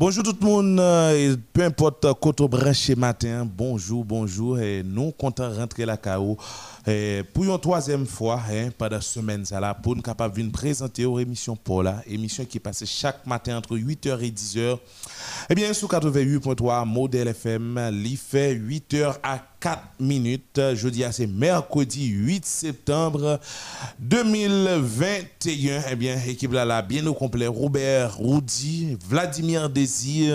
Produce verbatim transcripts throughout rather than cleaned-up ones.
Bonjour tout le monde, euh, peu importe côté branché matin, bonjour, bonjour, et nous content de rentrer la C A O eh, pour une troisième fois hein, pendant la semaine ça là pour nous capable venir présenter aux émissions Paula, émission qui passe chaque matin entre huit heures et dix heures. Eh bien sur quatre-vingt-huit point trois Modèle F M, il fait huit heures à quatre minutes. Jeudi c'est mercredi huit septembre deux mille vingt et un. Eh bien équipe là, là bien au complet Robert Roudy, Vladimir Désir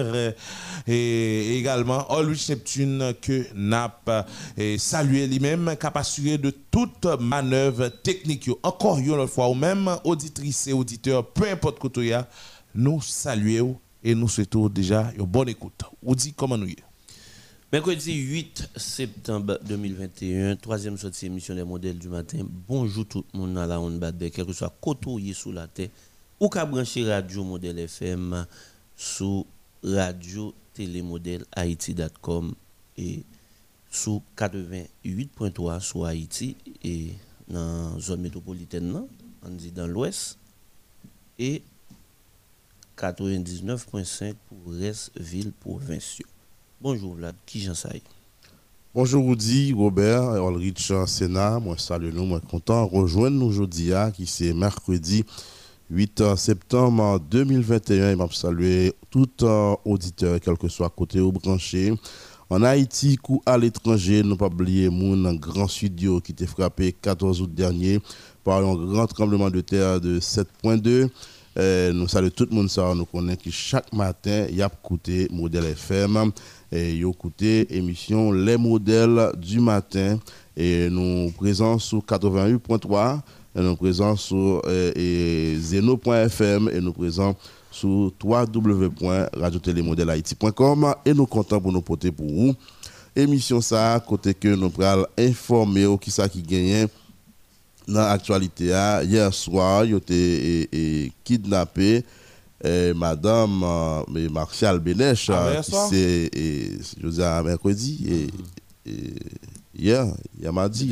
et également Ulrich Neptune que n'a salué lui-même capacité de toute manœuvre technique. Encore une fois ou même auditrices et auditeurs peu importe côté nous saluons et nous souhaitons déjà une bonne écoute. Roudy comment nous y est? Mercredi huit septembre deux mille vingt et un, troisième sortie émission des modèles du matin. Bonjour tout le monde à la onde badde, quel que soit côté sous la terre, ou qu'à brancher radio modèle F M sous radio télémodèle haïti point com et sous quatre-vingt-huit point trois sur Haïti et dans la zone métropolitaine, on dit dans l'ouest, et quatre-vingt-dix-neuf point cinq pour reste ville province. Bonjour Vlad, qui j'en sais? Bonjour Rudy, Robert, Ulrich Sénat, moi salut nous, moi content rejoindre nous aujourd'hui qui c'est mercredi huit septembre deux mille vingt et un. Et m'a saluer tout auditeur quel que soit côté ou branché en Haïti ou à l'étranger. Ne pas oublier mon grand studio qui était frappé quatorze août dernier par un grand tremblement de terre de sept point deux. Euh, nous saluons tout le monde, ça nous connaît que chaque matin, il y a écouté Modèle F M et il y a écouté émission Les Modèles du matin et nous présents sur quatre-vingt-huit point trois, et nous présents sur euh, zeno point f m et nous présents sur w w w point radio télémodèle haïti point com et nous comptons pour nous porter pour vous. Émission ça, côté que nous pourrons informer qui ça qui gagne. Dans l'actualité, hier soir, il a été kidnappé eh, madame euh, Martial Benech, ah, qui c'est, je dis à mercredi, et, et, hier, il m'a dit,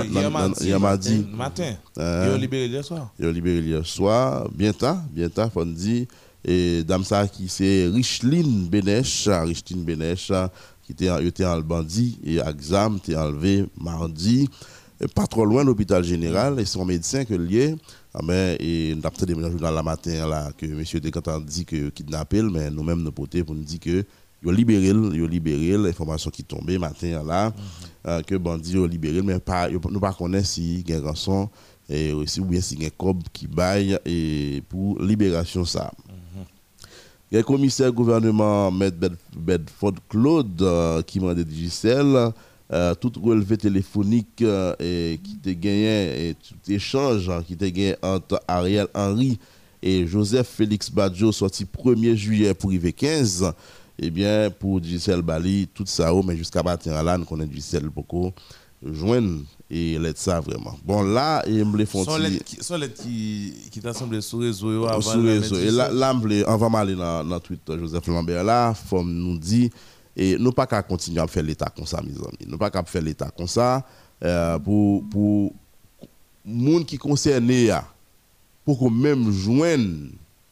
il m'a dit, matin, il a libéré hier soir. Il a libéré hier soir, bien tard, bien tard, on dit, et dame ça qui c'est Richline Benech, Richline Benech, qui était, était en bandit, et Axam, était enlevé mardi. Pas trop loin de l'hôpital général et son médecin que lié mais et nous avons des journal la matin là que monsieur Descantan dit que kidnappé mais nous même nous porter pour nous dire que il a libéré il a libéré l'information qui tombait matin là mm-hmm. euh, que bandit a libéré mais pas nous pas connaît si gain rançon et aussi ou bien si gain cob qui baille et pour libération ça. Il y a le commissaire gouvernement Maître Bedford Claude euh, qui m'a dit Gisèle Euh, tout relevé téléphonique euh, et qui te gagné et tout échange hein, qui te gagné entre Ariel Henry et Joseph Félix Badjo sorti premier juillet pour arriver quinze et eh bien pour Gisèle Bali tout ça mais jusqu'à matin là nous connaît Gisèle beaucoup joindre et l'aide ça vraiment bon là et me les font sont les qui qui t'assemblent sur réseau avant sur réseau et là là on va aller dans dans Twitter Joseph Lambert là faut nous dit et nous pas qu'à continuer à faire l'état comme ça mes amis nous pas qu'à faire l'état comme ça euh, pour pour monde qui concerné pour qu'on même joindre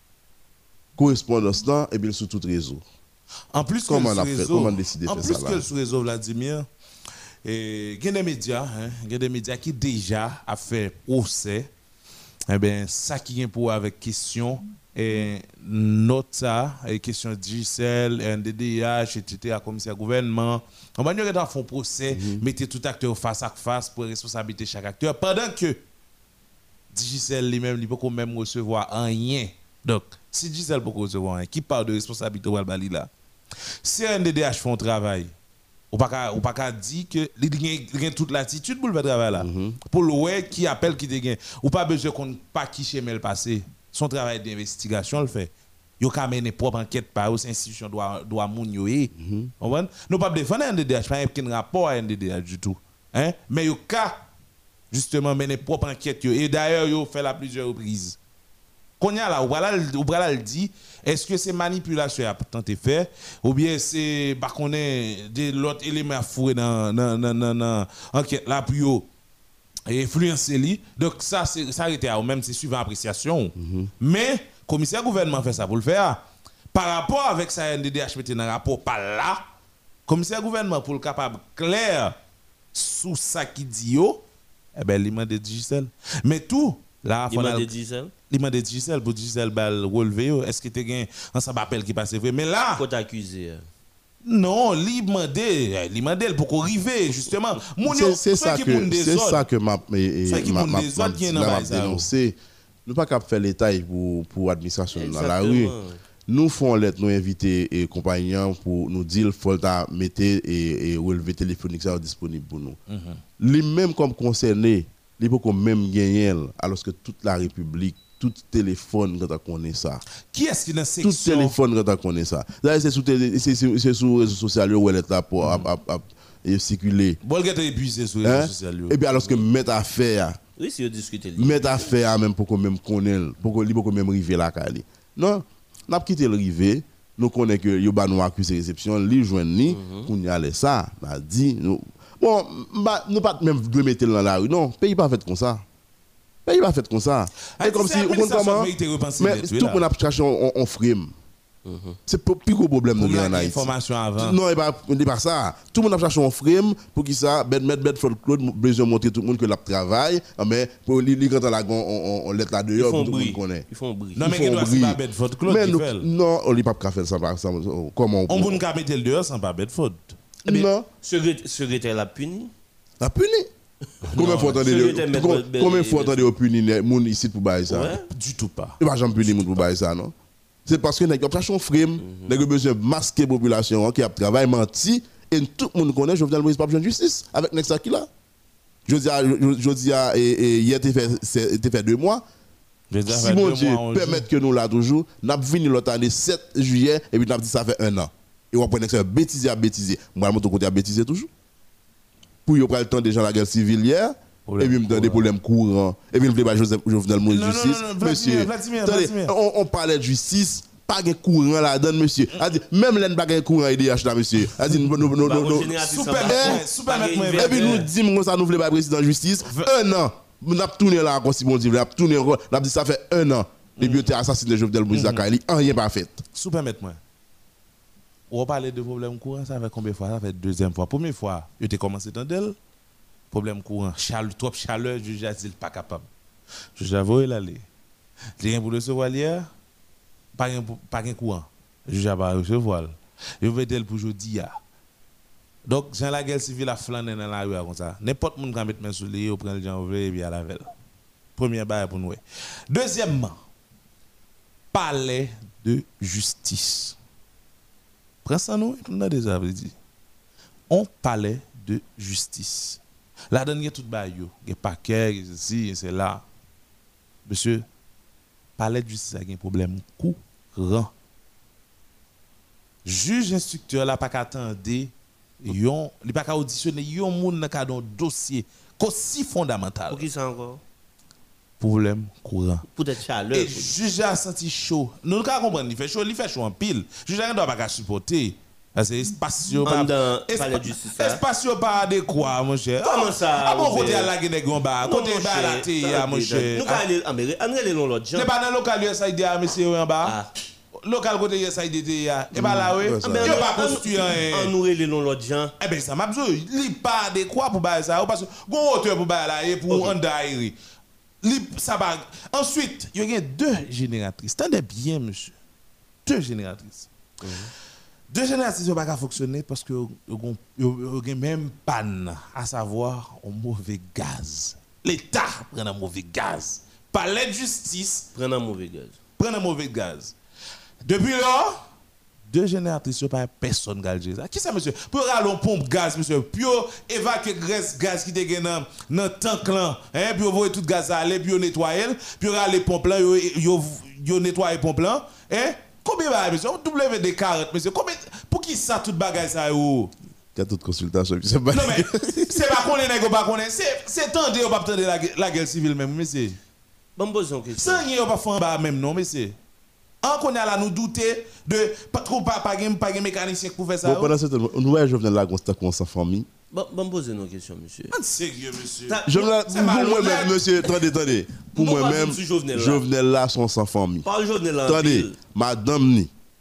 correspondance là et bien sur tout réseau en plus comment on a fait comment on décidé de faire ça ça en plus que sur réseau Vladimir et il y a des médias hein il y a des médias qui déjà a fait procès eh ben ça qui est pour avec question et nota et question de Gisèle, N D D H, et cetera, commissaire gouvernement. On va nous faire un procès, mm-hmm. mettez tout acteur face à face pour responsabiliser chaque acteur. Pendant que Gisèle lui-même, il peut quand même recevoir rien. Donc, si Gisèle peut recevoir rien, qui parle de responsabilité au Bali là? Si N D D H font un travail, ou pas ou pas dire que il a toute l'attitude pour le travail là. Mm-hmm. Pour le ouais qui appelle qui te gagne. Ou pas besoin qu'on pas qui chez le passé. Son travail d'investigation le fait. Yo ka mener propre enquête par aux institutions doit doit moun yo e. Comprendre? Nous pas défendre N D D H, pas aucun rapport à N D D H du tout. Hein? Mais yo ka justement mener propre enquête yo et d'ailleurs yo fait la plusieurs reprises. Konya là ou voilà ou voilà le dit est-ce que c'est manipulation a tenté faire ou bien c'est pas connaît de l'autre élément à fourrer dans dans dans dans enquête là pour yo et influencer lui donc ça c'est ça arrêté à même c'est suivant appréciation mm-hmm. mais commissaire gouvernement fait ça pour le faire Par rapport avec ça, N D D H mettait dans le rapport par là, commissaire gouvernement pour le capable clair sous ça qui dit yo, eh ben, il m'a dit Gisèle. Mais tout, là, il m'a dit Gisèle. Il m'a dit Gisèle pour Gisèle bal relever, est-ce que tu as un ensemble d'appels qui passe vrai? Mais là, faut t'accuser. Non, il m'a dit, il m'a dit pour qu'on arrive justement. C'est ça que c'est ça que m'a dénoncé. Nous pas capable faire l'état pour pour administration dans la rue. Nous font lettre nous inviter et compagnons pour nous dire faut ta mettre et, et relever téléphonique ça disponible pour nous. Les mêmes comme concerné, les peut même gagner alors que toute la République tout téléphone quand on connaît ça. Qui est-ce qui dans section tout téléphone quand on connaît ça. Là c'est sur c'est sur les réseaux sociaux où elle est là pour et circuler. Bon gars épuisé sur les réseaux sociaux. Et bien alors que mettre affaire oui si on discute mettre affaire même pour qu'on même connaît pour qu'on pour qu'on même river là Cali. Non, n'a pas quitté le river, nous connaît que yo ba nous accusé réception, li joindre ni qu'on y allait ça, n'a dit nous bon bah nous pas même de mettre dans la rue non, pays pas fait comme ça. Pays pas fait comme ça. C'est comme si on comment mais tout le monde a cherché on frame. C'est pas plus gros problème nous en Haïti. Information avant. Non, il pas pas ça. Tout le monde a cherché un frame pour qui ça ben mettre Bedford Claude besoin montrer tout le monde que la travail mais pour lui quand la on on lettre là dehors tout le monde connaît. Ils font bruit. Non mais il doit pas Bedford Claude qui fait. Non, on lui pas faire ça comment on peut pas mettre le dehors sans pas Bedford. Non, secrétaire la puni. La puni. Combien faut attendre combien faut attendre au punir moun ici pour bailler ça? Du tout pas. Il va jamais punir moun pour bailler ça non. C'est parce que nèg cherche un frame, nèg besoin masquer population qui a travail menti et tout le monde connaît Jovenel Moïse pas besoin de justice avec nèg ça qui là. Je dis je dis et hier t'es fait t'es fait deux mois. Si mon Dieu permettre que nous là toujours, n'a venu l'autre année sept juillet et puis n'a dit ça fait un an. Et on prend ça bêtiser à bêtiser. Moi mon côté à bêtiser toujours. Pour y prendre le temps déjà la guerre civile hier et puis me donner des problèmes courants et puis me Joseph Jovenel Moïse justice monsieur attendez on, on parlait de justice pas de courant là-dedans monsieur a dit même l'en pas de courant I D H là monsieur a dit non non non super super et puis nous dit ça nous voulait pas président justice un an on a tourné là comme si bon Dieu on a tourné on a dit ça fait un an les bioté assassiné Jovenel Moïse Zakali rien pas fait super mettre moi on parler de problème courant ça fait combien de fois ça fait deuxième fois première fois il était commencé tandel problème courant chaleur trop chaleur juge a dit pas capable juge a voulu aller rien pour recevoir hier pas pas courant juge a pas recevoir je vais dire pour jodi a donc Jean la guerre civile a flâner dans la rue comme ça n'importe monde qui mettre main sur lui au prend le janvier et puis à la veille première bail pour nous deuxièmement palais de justice prends ça nous on a déjà dit on palais de justice. La dernière toute bail yo, il paquet ici, c'est là. Monsieur, palais de justice a un problème courant. Juge instructeur là pas qu'attendre yon, il pas qu'à auditionner yon moun dans cadre dossier aussi fondamental. Pour qui ça encore? Problème courant. Peut-être chaleur. Et juge a senti chaud. Nous pas comprendre, il fait chaud, il fait chaud en pile. Juge ne doit pas supporter. Parce que espace pas espace pas adéquat mon cher. Comment ça? À mon côté à la guinée gomba, côté ba la té mon cher. Nous aller Amérique, aller dans l'autre gens. C'est pas dans local U S A I D à monsieur en bas. Local côté U S A I D ya. Et pas là oui. Yo pas construit en nous aller dans l'autre gens. Eh ben ça m'a besoin, il pas adéquat pour ba ça parce que gon hauteur pour ba là et pour endairi. Ça va. Ensuite, il y a deux génératrices. Tendez bien monsieur. Deux génératrices. Deux générations ne peuvent pas fonctionner parce que y a même panne, à savoir un mauvais gaz. L'État prend un mauvais gaz. Palais de justice prend un mauvais gaz. Prend un mauvais gaz. Depuis là, deux génératrices, pas personne qui ça. Qui ça monsieur? Pour aller en pompe gaz monsieur, puis évacuer graisse gaz qui est dans dans tank là, hein, puis voyer tout gaz aller, puis nettoyer, puis aller pompe là, yo yo nettoyer pompe là, hein? Combien va monsieur? W D quarante monsieur. Combien pour qui ça toute bagaille ça yo? Il y a toute consultation, c'est pas. Non mais c'est pas qu'on est nèg pas qu'on est, c'est c'est tendre ou pas tendre la la guerre civile même monsieur. Bon besoin question. Sans rien pas faire en bas même non monsieur. En qu'on a là nous douter de pas trop pas pas pas mécanicien pour faire ça. Bon pendant ce temps nous ouais Jovenel là constat comme sa famille. Bon bon poser nos questions monsieur. En sérieux monsieur. Jovenel pour moi même monsieur attendez attendez. Pour moi même Jovenel là sont sans famille. Pas Jovenel là. Attendez, madame ni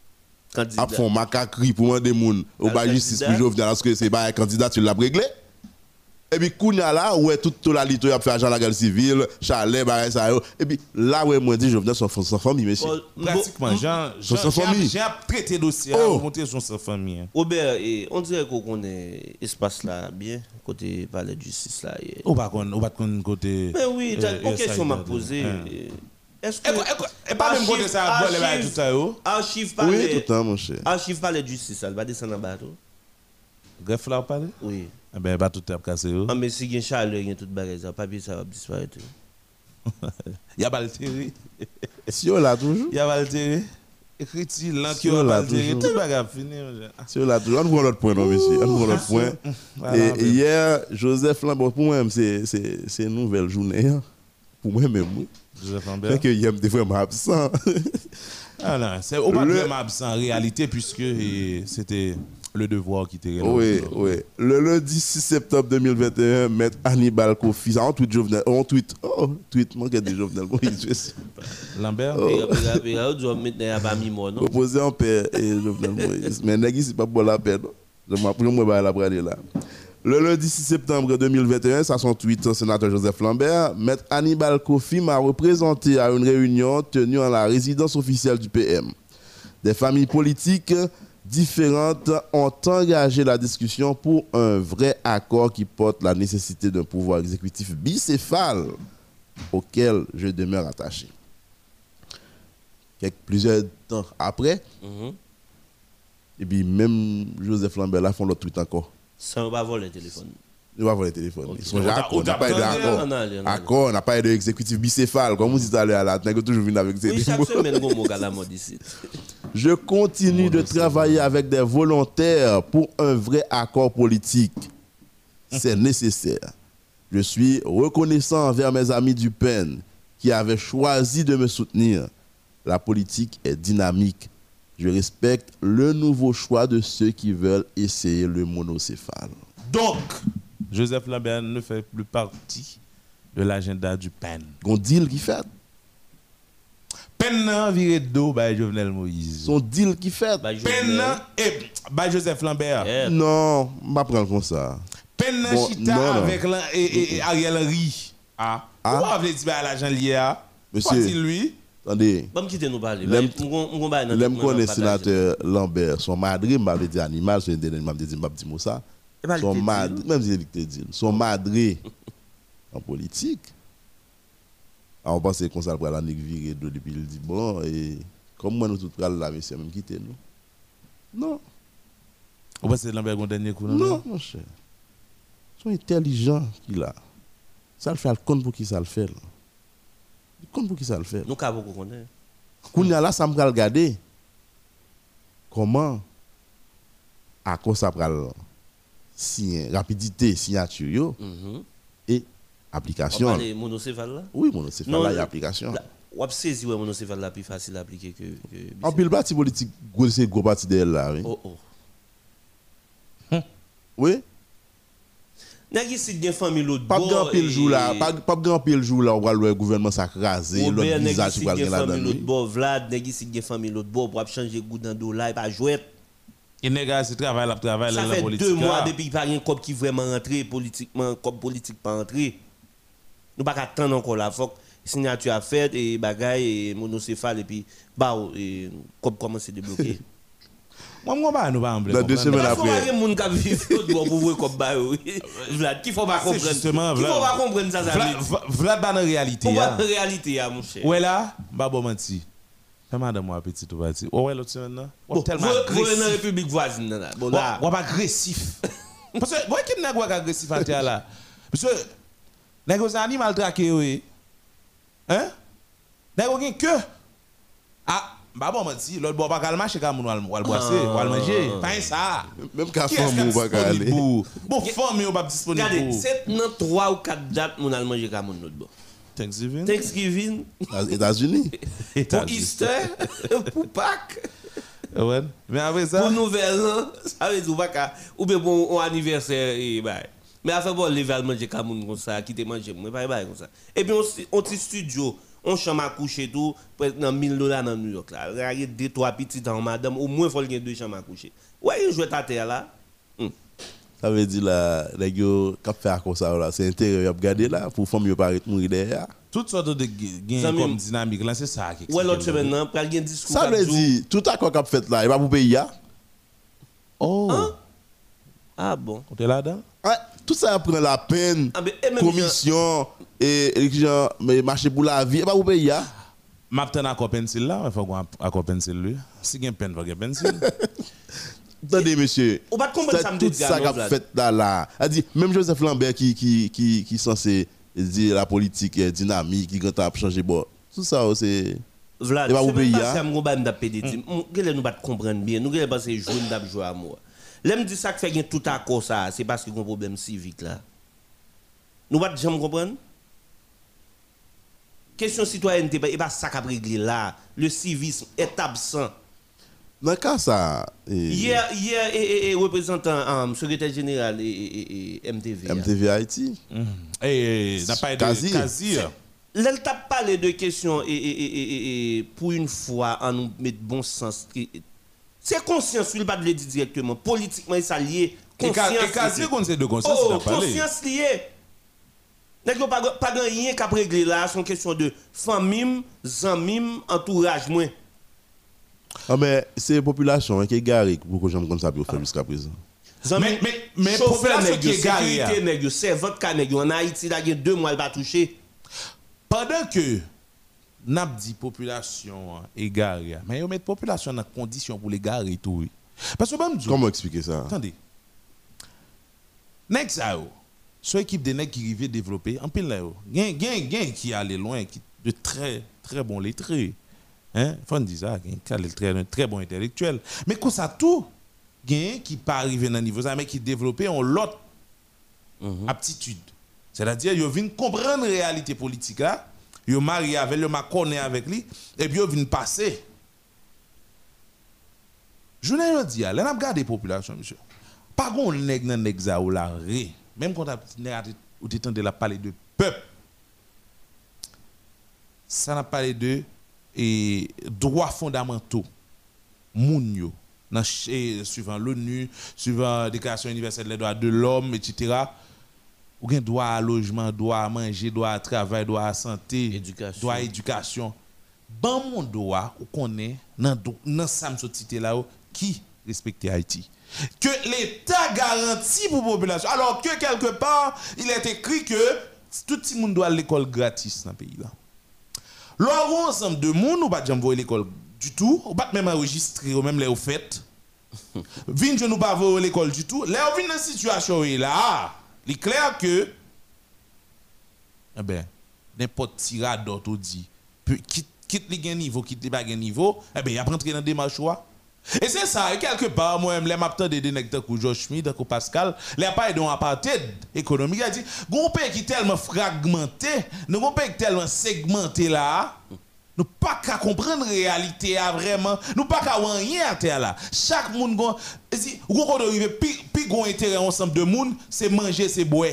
a font macacri pour demander moun au ba justice pour Jovenel parce que c'est pas candidat tu l'as réglé. Et puis kounya là ouais toute la lito a fait agent la guerre civile, chalet ba ça et puis là ouais moi dit Jovenel son son famille monsieur. Pratiquement Jean son famille. J'ai traité dossier pour monter son famille. Robert, on dirait qu'on connaît espace là bien côté palais de justice là. Ou pas qu'on ou pas qu'on côté. Mais oui, une question m'a posé. Est-ce que et pas même côté ça voler ba tout ça yo. Archive palais. Oui, tout le temps mon cher. Archive palais de justice ça va descendre en bas tout. Greffe là parler? Oui. Eh ben pas tout tape cassé yo. Ah mais si gen chaleur gen tout bagage ça papier ça va disparaître. Il y a pas le terri. Si on l'a toujours. Il y a pas le terri. Écrit là qui on l'a terri tout bagage fini. Si on l'a toujours. On prend l'autre point non monsieur. On prend l'autre point. Et hier Joseph Lambert pour moi c'est c'est c'est une nouvelle journée pour moi même. Joseph Lambert. C'est que hier était vraiment absent. Ah non, c'est au pas vraiment absent en réalité puisque c'était le devoir qui était oui, oui. Le lundi six septembre deux mille vingt et un, maître Hannibal Kofi, en tweet Jovenel, on tweet, oh, tweet, moi qui Jovenel Moïse. Lambert, opposé en paix et Jovenel Moïse. Mais Nagui, c'est pas pour la paix, non? Je m'appelle moi la brader là. Le lundi six septembre deux mille vingt et un, ça son tweet, sénateur Joseph Lambert, maître Hannibal Kofi m'a représenté à une réunion tenue en la résidence officielle du P M. Des familles politiques différentes ont engagé la discussion pour un vrai accord qui porte la nécessité d'un pouvoir exécutif bicéphale auquel je demeure attaché. Quelques, plusieurs temps après, mm-hmm. et puis même Joseph Lambert là font l'autre tweet encore. Ça ne va pas voler le téléphone. Il va voler le téléphone. Okay. Ils sont d'accord. On n'a pas eu d'accord. Accord, on n'a pas eu d'exécutif bicéphale. Comme vous dites à l'heure, on a toujours venu avec ces oui, chaque semaine, on a la mode ici. Je continue de travailler avec des volontaires pour un vrai accord politique. C'est nécessaire. Je suis reconnaissant envers mes amis du P E N qui avaient choisi de me soutenir. La politique est dynamique. Je respecte le nouveau choix de ceux qui veulent essayer le monocéphale. Donc, Joseph Lambert ne fait plus partie de l'agenda du P E N. On deal qui fait. P E N viré dos by Jovenel Moïse. Son deal qui fait. P E N et by Joseph Lambert. Yeah. Non, je ne vais pas prendre comme ça. P E N bon, chita non, avec non. Et, et, et Ariel Henry. Ah. ah. Pourquoi vous avez dit à l'agent lié à? Monsieur. lui? Attendez. Bon, quittez nous parler. L'aime connaît sénateur Lambert, son madré m'a dit animal, son dernier m'a dit m'a dit ça. Son madré, même si il dit, son madré en politique. Alors on pense qu'on ça pour la viré de depuis il dit bon et comme moi nous tout là monsieur même quitter nous. Non. On pense que Lambert gon dernier coup non. Non mon cher. Sont intelligents qu'il a. Ça le fait le compte pour qui ça le fait. Compte pour qui ça le fait. Nous ka beaucoup connaît. Kounya là ça me regarder comment à quoi ça pral signer rapidité signature yo mm-hmm. et application. On parle monocéphale là? Oui, monocéphale là et application. On a saisi ouais monocéphale là plus facile à appliquer que que en pile parti politique gros c'est gros parti d'elle là oui. Oh oh. Hum. Oui. Nèg ici gen famille l'autre bord. Pas grand pile jour là, pas pas grand pile jour là on va le gouvernement s'acraser l'autre visage pour aller là-dedans. L'autre bord Vlad nèg ici gen famille l'autre bord pour changer goût dans dollar pas jouer. Et nèg c'est travail la travail dans la politique. Ça fait deux mois depuis qu'il pas rien cop qui vraiment rentré politiquement comme politique pas rentré. Nous pas attendre encore la faut signature à faire et bagaille et monocéphale et puis bah et cop commencer débloquer. Moi moi pas nous pas en deux semaines après. Il y a monde qui vivre pour voir comme bah Vlad qui faut pas comprendre. Justement Vlad. Qui faut pas comprendre ça ça. Vlad dans la réalité. Pour la réalité mon cher. Ouais là, bah bon menti. Ça madame moi petit tout parti. Ouais l'autre semaine là. On tellement agressif. Vous dans République voisine là. Bon là. On pas agressif. Parce que moi qui n'a pas agressif en terre là. Parce que les gros animaux traqués oui. Hein? Les gros que ah bah bon menti l'autre bois pas calmer chez comme on va boisser on va manger pas ça même qu'à femme on va aller bon femme on pas disponible regardez c'est dans trois ou quatre dates on va manger comme notre bon Thanksgiving Thanksgiving aux États-Unis pour Easter pour Pâques ouais mais après ça pour Nouvel An ça veut dire pas ou bien pour anniversaire et bah mais afin bon lever manger comme comme ça quitter manger moi pas comme ça et puis on on petit studio on chambre à coucher tout, presque dans mille dollars dans New York là. Il y a deux trois petits dans madame, au moins faut qu'il y ait deux chambres à coucher. Ouais, il joue à terre là. Hmm. Ça veut dire là, les gars qui faire comme ça là, c'est intérêt à regarder là pour femme yo paraître mourir derrière. Toutes sortes de gains comme dynamique là, c'est ça qui. Ouais, l'autre semaine là, pral gen discours. Ça veut dire tout accord qu'a fait là, il va pour payer là. Oh. Hein? Ah bon. On est là-dedans? Ouais, tout ça prend la peine. Ah, mais, et même commission et genre mais marché pour la vie, il va pour payer là. M'attend accord pencil là, il faut qu'on accord pencil lui. Si gain peine, faut gain pencil. Attendez, monsieur. On va comprendre ça, tout ça qu'a fait là là. A dit même Joseph Lambert qui qui qui qui censé dire la politique est dynamique, qui quand changer bon. Tout ça c'est Vlad, c'est même pas ça m'on ba m'da péditi. Gele nous pas comprendre bien. Nous gele pas c'est jour d'ap jouer à moi. L'aime dit ça que fait tout accord ça, c'est parce qu'il y a un problème civique là. Nous pas jamais comprendre. Question citoyenneté, et pas ça qu'a régler là. Le civisme est absent. Dans le cas ça. Hier, hier, et, et, représentant, um, secrétaire général et, et, et M T V. M T V Haïti. Et n'a pas de Kazir. Là, il t'a parlé de questions et, et, et, et, pour une fois, en nous mettre bon sens. C'est conscience, il ne pas de le dire directement. Politiquement, ça lié. Conscience. Et Kazir, on sait de conscience. Oh, conscience liée. N'est-ce pas pas rien qu'à régler là, c'est une question de famille, amis, entourage. Moi. Ah mais c'est la population qui est garée pour que j'aime comme ça pour faire jusqu'à présent. Mais mais mais population qui est garée, c'est votre cas en Haïti là il y a deux mois elle va toucher. Pendant que n'a dit population égarée, mais on met population dans condition pour les garer tout. Parce que même comment expliquer ça? Attendez. Nèg ça yo, so équipe de nèg qui rive développer en pile là yo. Gain gain gain qui aller loin qui de très très bons lettrés. Hein, faut dire ça, un très très bon intellectuel. Mais comme ça tout, gain qui pas arriver dans niveau ça mais qui développer en l'autre mm-hmm. aptitude. C'est-à-dire yo vinn comprendre réalité politique là, yo marié avec, yo ma connaît avec lui et puis yo vinn passer. Je ne dis pas, là n'a regardé population monsieur. Pas gon nèg nan nèg za ou la ré, même quand ou t'entendez la parler de peuple. Ça n'a parlé de et droits fondamentaux moun yo dans suivant l'ONU, suivant la déclaration universelle des droits de l'homme, et cetera. Ou gen droit à logement, droit à manger, droit à travail, droit à santé, éducation. droit à éducation. Ban mon droit ou connaît dans dans ça société là qui respecte Haïti. Que l'État garantit pour la population. Alors que quelque part, il est écrit que tout le monde doit à l'école gratis dans le pays là. L'on ensemble de monde ou pas jamais voir l'école du tout, ou pas même enregistrer ou même les au fait. Vin je nous pas voir l'école du tout. Là on vient dans situation là, il est clair que eh ben n'importe tirador tout dit quitte quitte les gain niveau, quitte les pas gain niveau, eh ben il a rentrer dans démarche choix. Et c'est ça, quelque part, moi-même, les m'attends des dénecteurs comme George Schmidt, comme Pascal, les pas d'un apartheid économique. Il a dit, un pays qui est tellement fragmenté, un pays tellement segmenté là, nous pas qu'à comprendre la réalité vraiment, nous pas qu'à rien à terre là. Chaque monde, si vous avez plus plus grand intérêt ensemble de monde, c'est manger, c'est boire.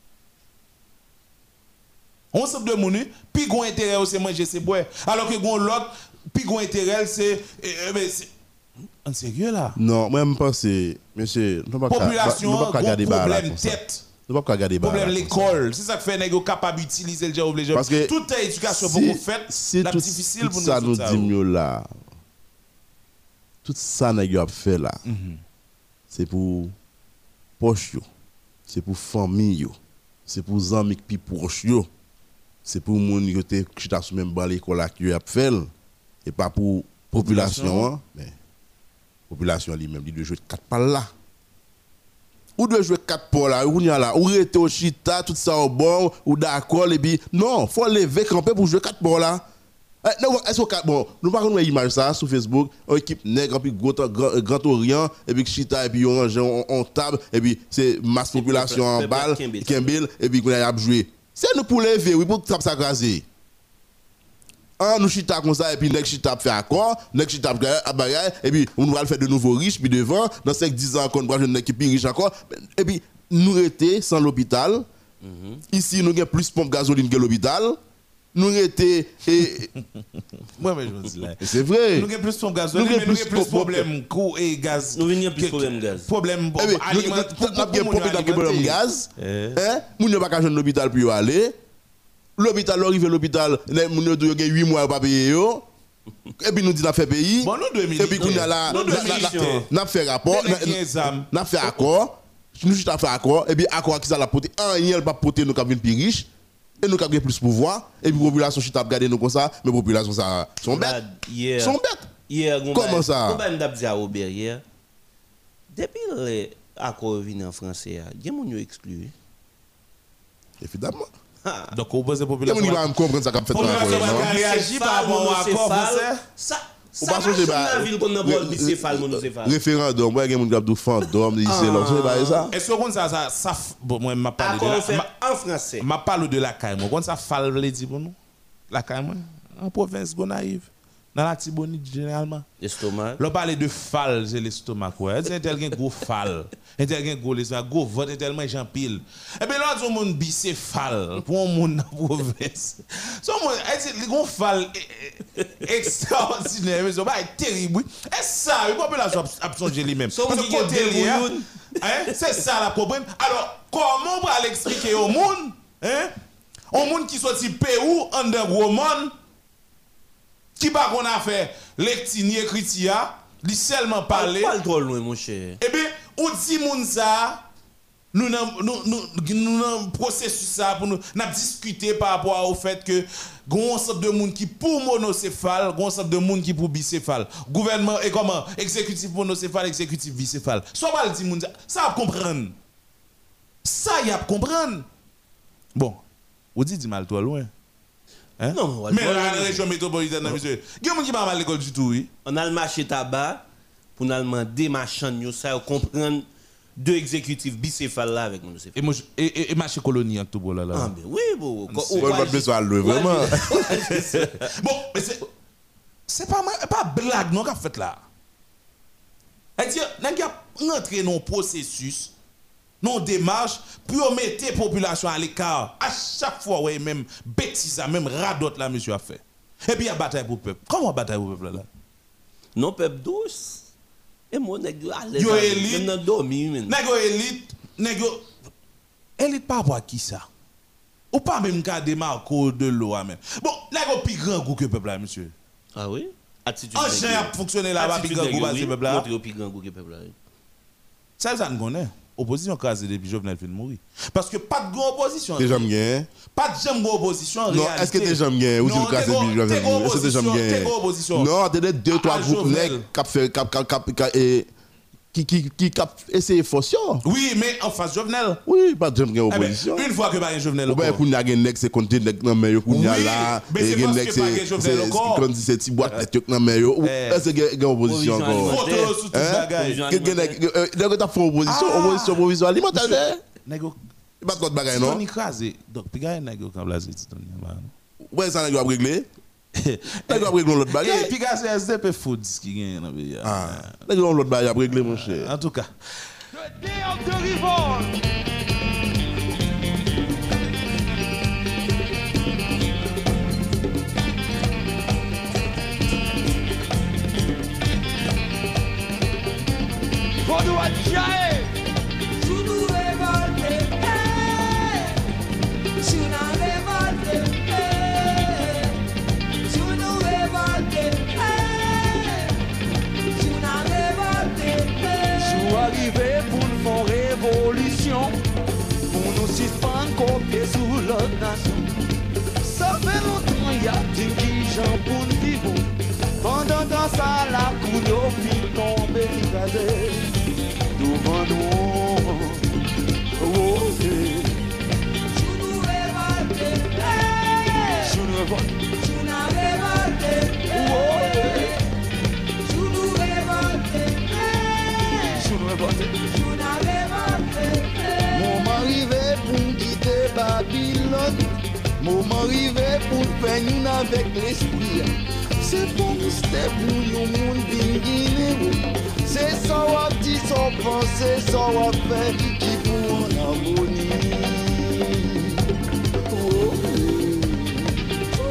Ensemble de monde, plus grand intérêt c'est manger, c'est boire. Alors que l'autre, plus grand intérêt c'est en sérieux là? Non, moi je pense monsieur, nous pas population, nous pas garder problème tête. Nous pas garder problème l'école, c'est ça qui fait nèg capable d'utiliser le job les gens. Toute éducation si, beaucoup faite, c'est la difficile pour nous. Ça nous dit là. Tout ça nèg a fait là. Mm-hmm. C'est pour poche yo. C'est pour famille yo. C'est pour amis qui proche yo. C'est pour moun yo te qui t'a sous même ban l'école qui a fait et pas pour population, population. Mais population lui-même, il doit jouer quatre pas là. Ou doit jouer quatre pas là, ou là, ou rester au chita, tout ça au bon, ou d'accord, et puis non, faut lever camper pour jouer quatre pas là. Est-ce que bon, nous parlons d'une image ça sur Facebook, une équipe nègre, puis Grand Orient, et puis chita, et puis on range en table, et puis c'est masse population en balle, Kembil, et puis on a joué. C'est nous pour lever, oui, pour ça s'agraser. Ah, nous chita comme ça, et puis nous chita fait accord, nous chita à bagaille, et puis on va le faire de nouveaux riches, puis devant, dans cinq dix ans, on va faire une équipe riche encore, et puis nous étions sans l'hôpital. Mm-hmm. Ici, nous avons plus de pompes gasoline que l'hôpital. nous étions. Moi, mais je dis là. C'est vrai. Nous avons plus de gaz, nous avons plus de problèmes coût et gaz. Nous avons plus de problèmes gaz. Problème alimentaire. Nous avons problème gaz. Nous n'avons pas de l'hôpital pour aller. L'hôpital, arrive à l'hôpital, nous avons huit mois pour payer. Et puis nous disons, nous fait pays. Bon, nous deux Et puis nous avons fait rapport. Nous avons fait accord. Nous avons fait accord. Et puis accord qui ça la porter. Un, il n'y a pas porter nous qui sommes plus riches. Et nous avons plus de pouvoir. Et puis la population qui a regardé nous comme ça. Mais la population sont bêtes. Sont bêtes. Comment ça? Comment on a dit à Robert hier? Depuis l'accord venu en français, il y a des gens exclus. Évidemment. Donc, vous posez la population. Il va me comprendre ça qu'a fait. La population va réagir par rapport à l'accord français. Ça, ça marche dans la ville qu'on a beau bicéphale, monocéphale. Référendum, moi, il y a des gens qui ont fantôme, ici, là, c'est pas ça. Est-ce que ça, ça, ça, bon, moi, je m'a parlé de la. En français. Je parle de la caille, moi. Quand ça fal, veut dire pour nous? La caille, moi, en province, qu'on arrive. Dans la Tibonite, généralement. L'estomac. Là, parler de fal, c'est l'estomac, ouais. C'est tel qu'un gros fal. Un tel qu'un gros l'estomac, gros vote, tellement j'en pile. Et bien là, tout le monde bicéphale pour un monde dans la province. Ce monde, c'est gros fal extraordinaire, mais c'est pas terrible. Et ça, la population a changé lui-même. C'est ça la problème. Alors, comment on va l'expliquer au monde? Hein? Au monde qui sortit Pérou, en de gros monde, qui pas qu'on a fait lectini écritia, li seulement parler. Pas trop loin mon cher. Eh bien, on dit moun ça, nous nous nous nous processus ça pour nous n'a discuter par rapport au fait que gon ensemble de monde qui pour monocéphale, gon ensemble de monde qui pour bicéphale. Gouvernement et comment exécutif monocéphale, exécutif bicéphale. Soit pas le dit moun ça, ça va comprendre. Ça y a comprendre. Bon, on dit dit mal trop loin. Hein? Non, mais la région métropolitaine, monsieur. Il y a des gens qui ne pas à l'école du tout, oui. On a le marché tabac pour nous demander machin, ça comprendre deux exécutifs bicéphales là avec nous. Et moi et et marché colonie en tout bon là là. Ah ben oui, bon. On va besoin de vraiment. Bon, mais c'est c'est pas pas blague non qu'a fait là. C'est-à-dire, n'a pas rentré dans un processus, non démarche pour mettre la population à l'écart. À chaque fois, ouais, même bêtise, même radote là, monsieur a fait. Et puis il y a bataille pour le peuple. Comment bataille pour le peuple là? Non, peuple douce. Et moi, nèg yo allez. Yo élite. Nan dormi men. Nèg yo élite, nèg yo élite par rapport à qui ça? Ou pas même qu'à démarquer de l'eau même. Bon, nèg yo plus grand goût que le peuple là, monsieur. Ah oui? Attitude. Un chien a fonctionné là-bas plus grand goût que le peuple là. Montre plus grand goût que le peuple là. Ça ça nous connaît. Opposition crasée depuis Jovenel fin de mourir. Parce que pas de grande opposition. Déjà m'gain. Pas de jamais opposition en non, réalité. Est-ce que déjà m'gain ou tu le casses depuis Jovenel? Est-ce que déjà m'gain? Non, t'es deux trois groupes nèg cap fait cap cap et qui qui qui cap essayer force. Oui, mais en face Jovenel. Oui, pas de jamais opposition. Une fois que pas un Jovenel. Ou bien pour n'a nèg c'est compter nèg nan mais yo pour n'a là et nèg c'est c'est comme dit c'est petit boîte nèg nan mais yo. Est-ce que gain opposition encore? Photo sur toute bagaille. Nèg t'a fait opposition, opposition provisoire alimentaire. Nèg pas de bagaille non. On écrasé. Donc puis gagne nèg quand blaser Titonia. Ouais ça nèg a régler. Nèg a régler l'autre bagaille. Et puis gars c'est S D P Foods qui gagne dans pays. Ah, nèg l'autre bagaille a régler mon cher. En tout cas. The day of the revolt. Vodo a Jae. Sunu revolte, eh. Suna revolte, eh. Sunu revolte, eh. Suna revolte, eh. Sou arrivé pour nous faire révolution, pour nous suspendre copier sous l'autre nation. Ça fait longtemps y a des qui gens pour nous vivre. Pendant dans ça la cour de vie tombe écrasée devant nous. Oh, yeah. Sunu revolte, eh. Sunu revolte. Suna revolte, Oh, eh. yeah. Sunu revolte, eh. Sunu revolte. Suna revolte, eh. Moment arrivé pour quitter Babylone. Moment arrivé pour faire nous avec l'esprit. C'est pour nous, c'était pour nous, monde d'Inguinéo. C'est ça, on dit, ça, c'est ça, on fait, qui pour en harmonie. Oh,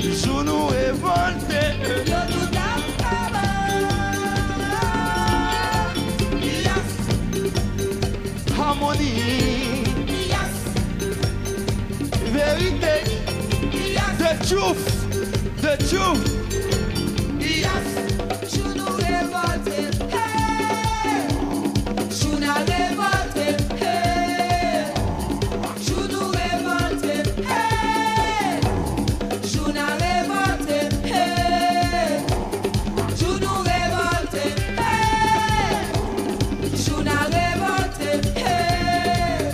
Sous nous révolter. Yo tout a Yes, Harmonie. yes, Vérité. yes, The truth. The truth. yes. Chou nous révolter. Hey, chou n'a révolter. Hey, chou nous révolter. Hey, chou n'a révolter. Hey, chou nous révolter. Hey, chou n'a révolter. Hey.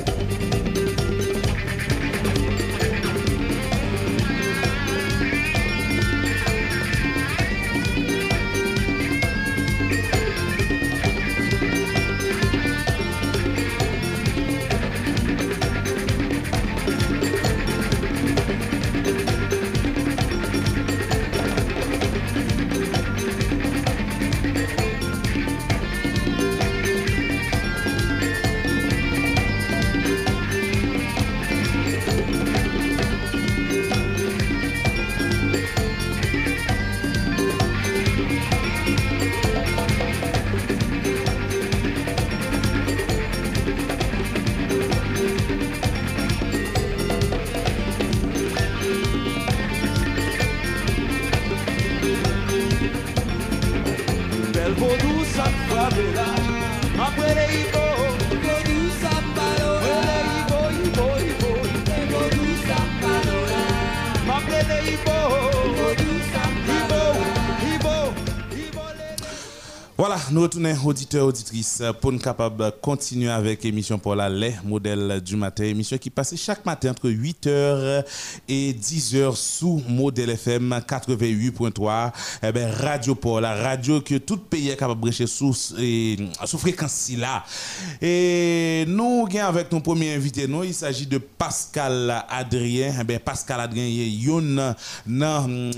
Belle vaudou, ça frappe là. Après les hibos. Vodou Sambalola, Après les hibos, hibos, hibos. Vodou Sambalola, Après les hibos. Vodou Sambalola. Hibos, hibos, hibos, les- Voilà, nous retournons auditeurs, auditrices, pour nous capables de continuer avec l'émission pour la lait, modèle du matin, émission qui passe chaque matin entre huit heures et dix heures sous modèle F M quatre-vingt-huit point trois, eh ben, Radio Port, la radio que tout pays est capable de brancher sous, et, sous fréquence là. Et nous, gagnons avec nos premiers invités, nous, il s'agit de Pascal Adrien, eh ben, Pascal Adrien, il y a un,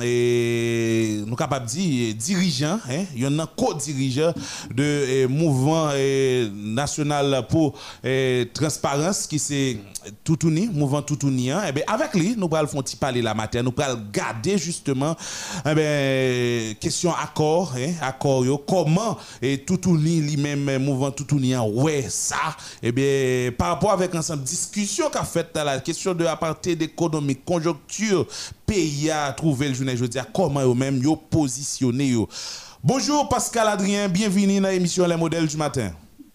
et nous capables de dire, dirigeant, hein, il y a un co-dirigeant de eh, mouvement eh, national pour eh, transparence qui c'est Toutouni, mouvement Toutouni. Hein, eh ben, avec lui, nous allons faire parler la matin, nous allons garder justement eh ben, question accord, hein, accord yo, comment eh, Toutouni lui-même, mouvement Toutouni, ouais ça, eh bien, par rapport avec ensemble discussion qu'a fait la question de apartheid économique, conjoncture, pays a trouvé le journée, je veux dire, comment eux-mêmes yo positionné yo. Bonjour Pascal Adrien, bienvenue dans l'émission Les Modèles du matin.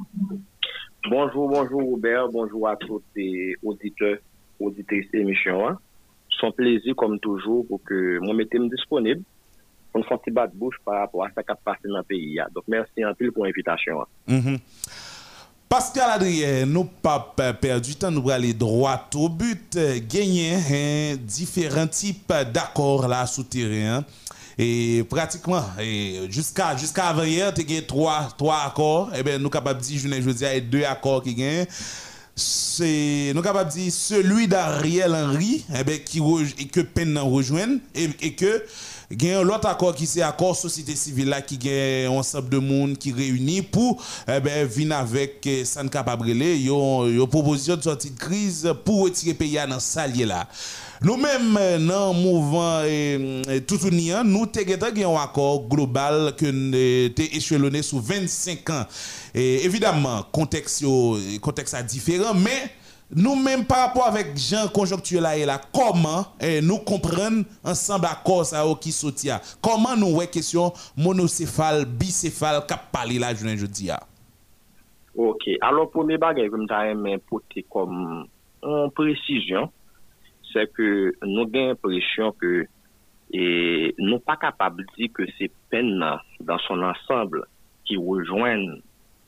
Bonjour, bonjour Robert, bonjour à tous les auditeurs, auditrices de l'émission. Hein. C'est un plaisir comme toujours pour que moi m'étais disponible pour nous faire un petit bas de bouche par rapport à ce qui a passé dans le pays. Hein. Donc merci un peu pour l'invitation. Hein. Mm-hmm. Pascal Adrien, nous pas perdu du temps, nous allons aller droit au but, gagner hein, différents types d'accords là souterrains. Et pratiquement et jusqu'à jusqu'à avant-hier, tu as trois trois accords. Et ben nous capables de dire je veux dire deux accords qui gagnent. C'est nous capables de dire celui d'Ariel Henry eh ben qui et que peine rejoindre et, et que gagne l'autre accord qui c'est accord société civile là qui gagne un ensemble de monde qui réunit pour eh ben venir avec ça ne capable relé yo yo proposition de sortie de crise pour retirer pays dans salier là. Nous-mêmes, dans le mouvement eh, Toutounien, nous avons un accord global qui est échelonné sur vingt-cinq ans. Et évidemment, le contexte, contexte est différent, mais nous-mêmes, par rapport avec Jean conjoncture là et là, comment eh, nous comprenons ensemble l'accord qui sortit? Comment nous voyons question monocéphale, bicéphale, qui parlé là, je veux dire? Ok, alors pour mes bagages, comme ça, je comme en précision. C'est que nous avons l'impression que et nous ne sommes pas capables de dire que c'est peine dans son ensemble qui rejoignent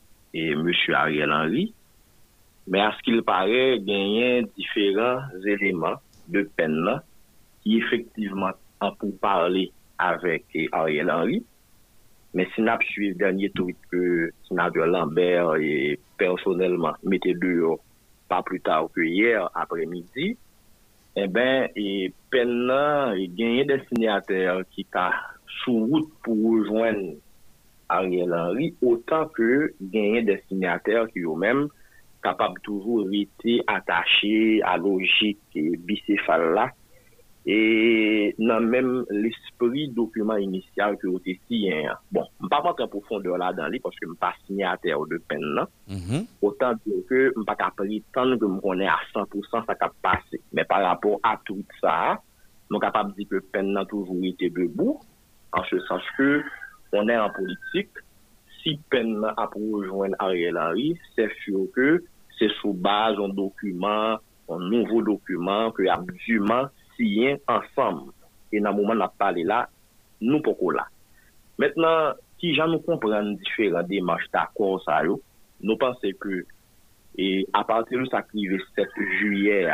M. Ariel Henry, mais à ce qu'il paraît, il y a différents éléments de peine qui effectivement ont pour parler avec Ariel Henry. Mais si nous suivons le dernier tweet que Sénateur Lambert et personnellement mettez dehors pas plus tard que hier après-midi, eh bien, et peine et gagner des signataires qui sont sous route pour rejoindre Ariel Henry, autant que gagner des signataires qui eux-mêmes capables toujours d'être attachés à la logique bicéphale là, et dans même l'esprit document initial que vous avez signé. Bon, je ne vais pas rentrer en profondeur là-dedans parce que je ne suis pas signataire de peine. Là. Mhm. Autant dire que je ne peux pas prétendre que je connais à cent pour cent ça qui a passé. Mais par rapport à tout ça, je suis capable de dire que peine n'a toujours été debout, en ce sens que on est en politique. Si peine a pour rejoindre Ariel Henry, c'est sûr que c'est sous base d'un document, un nouveau document que absolument signé ensemble. Et dans le moment où on a parlé là, nous pas là. Maintenant, si j'en nous comprendre différentes démarches d'accord, ça, nous pensons que, et à partir de ça qui est le sept juillet,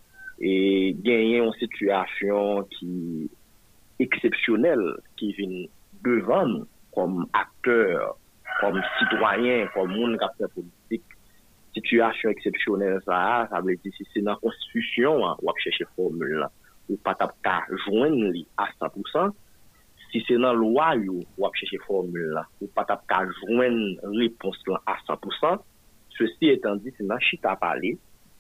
et gagner une situation qui exceptionnelle, qui vient devant nous, comme acteur, comme citoyen, comme monde qui a fait politique, situation exceptionnelle, ça, ça veut dire si c'est dans la Constitution, hein, ou à chercher formule là, ou pas ta joindre à cent pour cent, si c'est dans la loi, ou à chercher formule là, ou pas ta joindre réponse là à cent pour cent, ceci étant dit, c'est dans chita parler,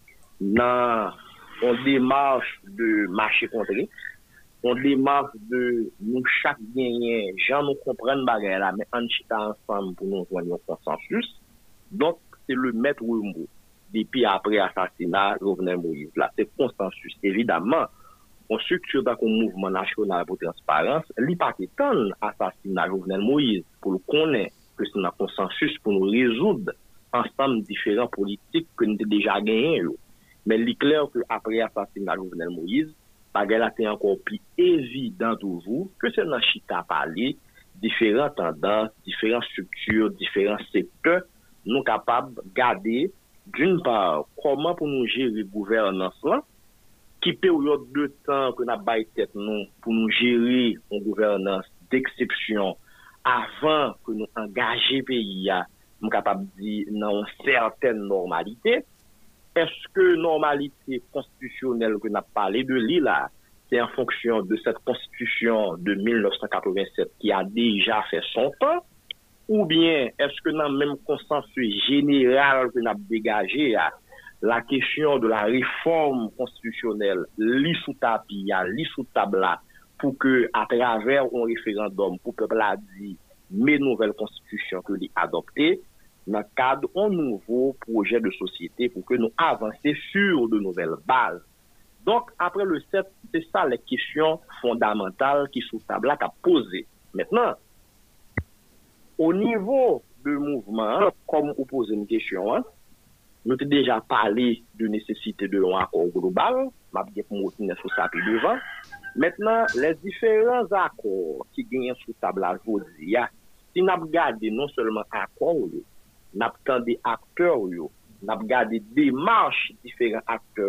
dans une démarche de marché contré, on démarche de nous chaque gagnant, gens nous comprennent bagarre là, mais on chita ensemble pour nous joindre un consensus. Donc, c'est le maître mot. Depuis après l'assassinat, Jovenel Moïse là, c'est consensus. Évidemment, on structure dans un mouvement national pour transparence, il pas tant l'assassinat Jovenel Moïse pour le connaître que c'est un consensus pour nous résoudre ensemble différents politiques que nous avons déjà gagnés. Mais il est clair qu'après l'assassinat Jovenel Moïse, bagarre est encore plus évident pour vous que c'est dans chita parler différentes tendances, différentes structures, différents secteurs, nous capables de garder d'une part comment pour nous gérer la gouvernance là, qui période de temps que nous avons tête nous pour nous gérer une gouvernance d'exception avant que nous engagions le pays, nous capables de dire dans une certaine normalité. Est-ce que normalité constitutionnelle que nous avons parlé de l'île là, c'est en fonction de cette constitution de mille neuf cent quatre-vingt-sept qui a déjà fait son temps, ou bien est-ce que dans le même consensus général que nous avons dégagé, la question de la réforme constitutionnelle, lit sous tapis, lit sous table pour que, à travers un référendum, pour que le peuple a dit, mes nouvelles constitutions que les adoptées, dans le cadre d'un nouveau projet de société pour que nous avancions sur de nouvelles bases. Donc, après le sept, c'est ça les questions fondamentales qui sont table à poser. Maintenant, au niveau du mouvement, comme vous posez une question, hein, nous avons déjà parlé de nécessité de un accord global, je vais vous retenir sur ça devant. Maintenant, les différents accords qui gagnent sous table aujourd'hui, si nous regardons non seulement accords, nous avons des acteurs, nous avons regardé des démarches différents acteurs,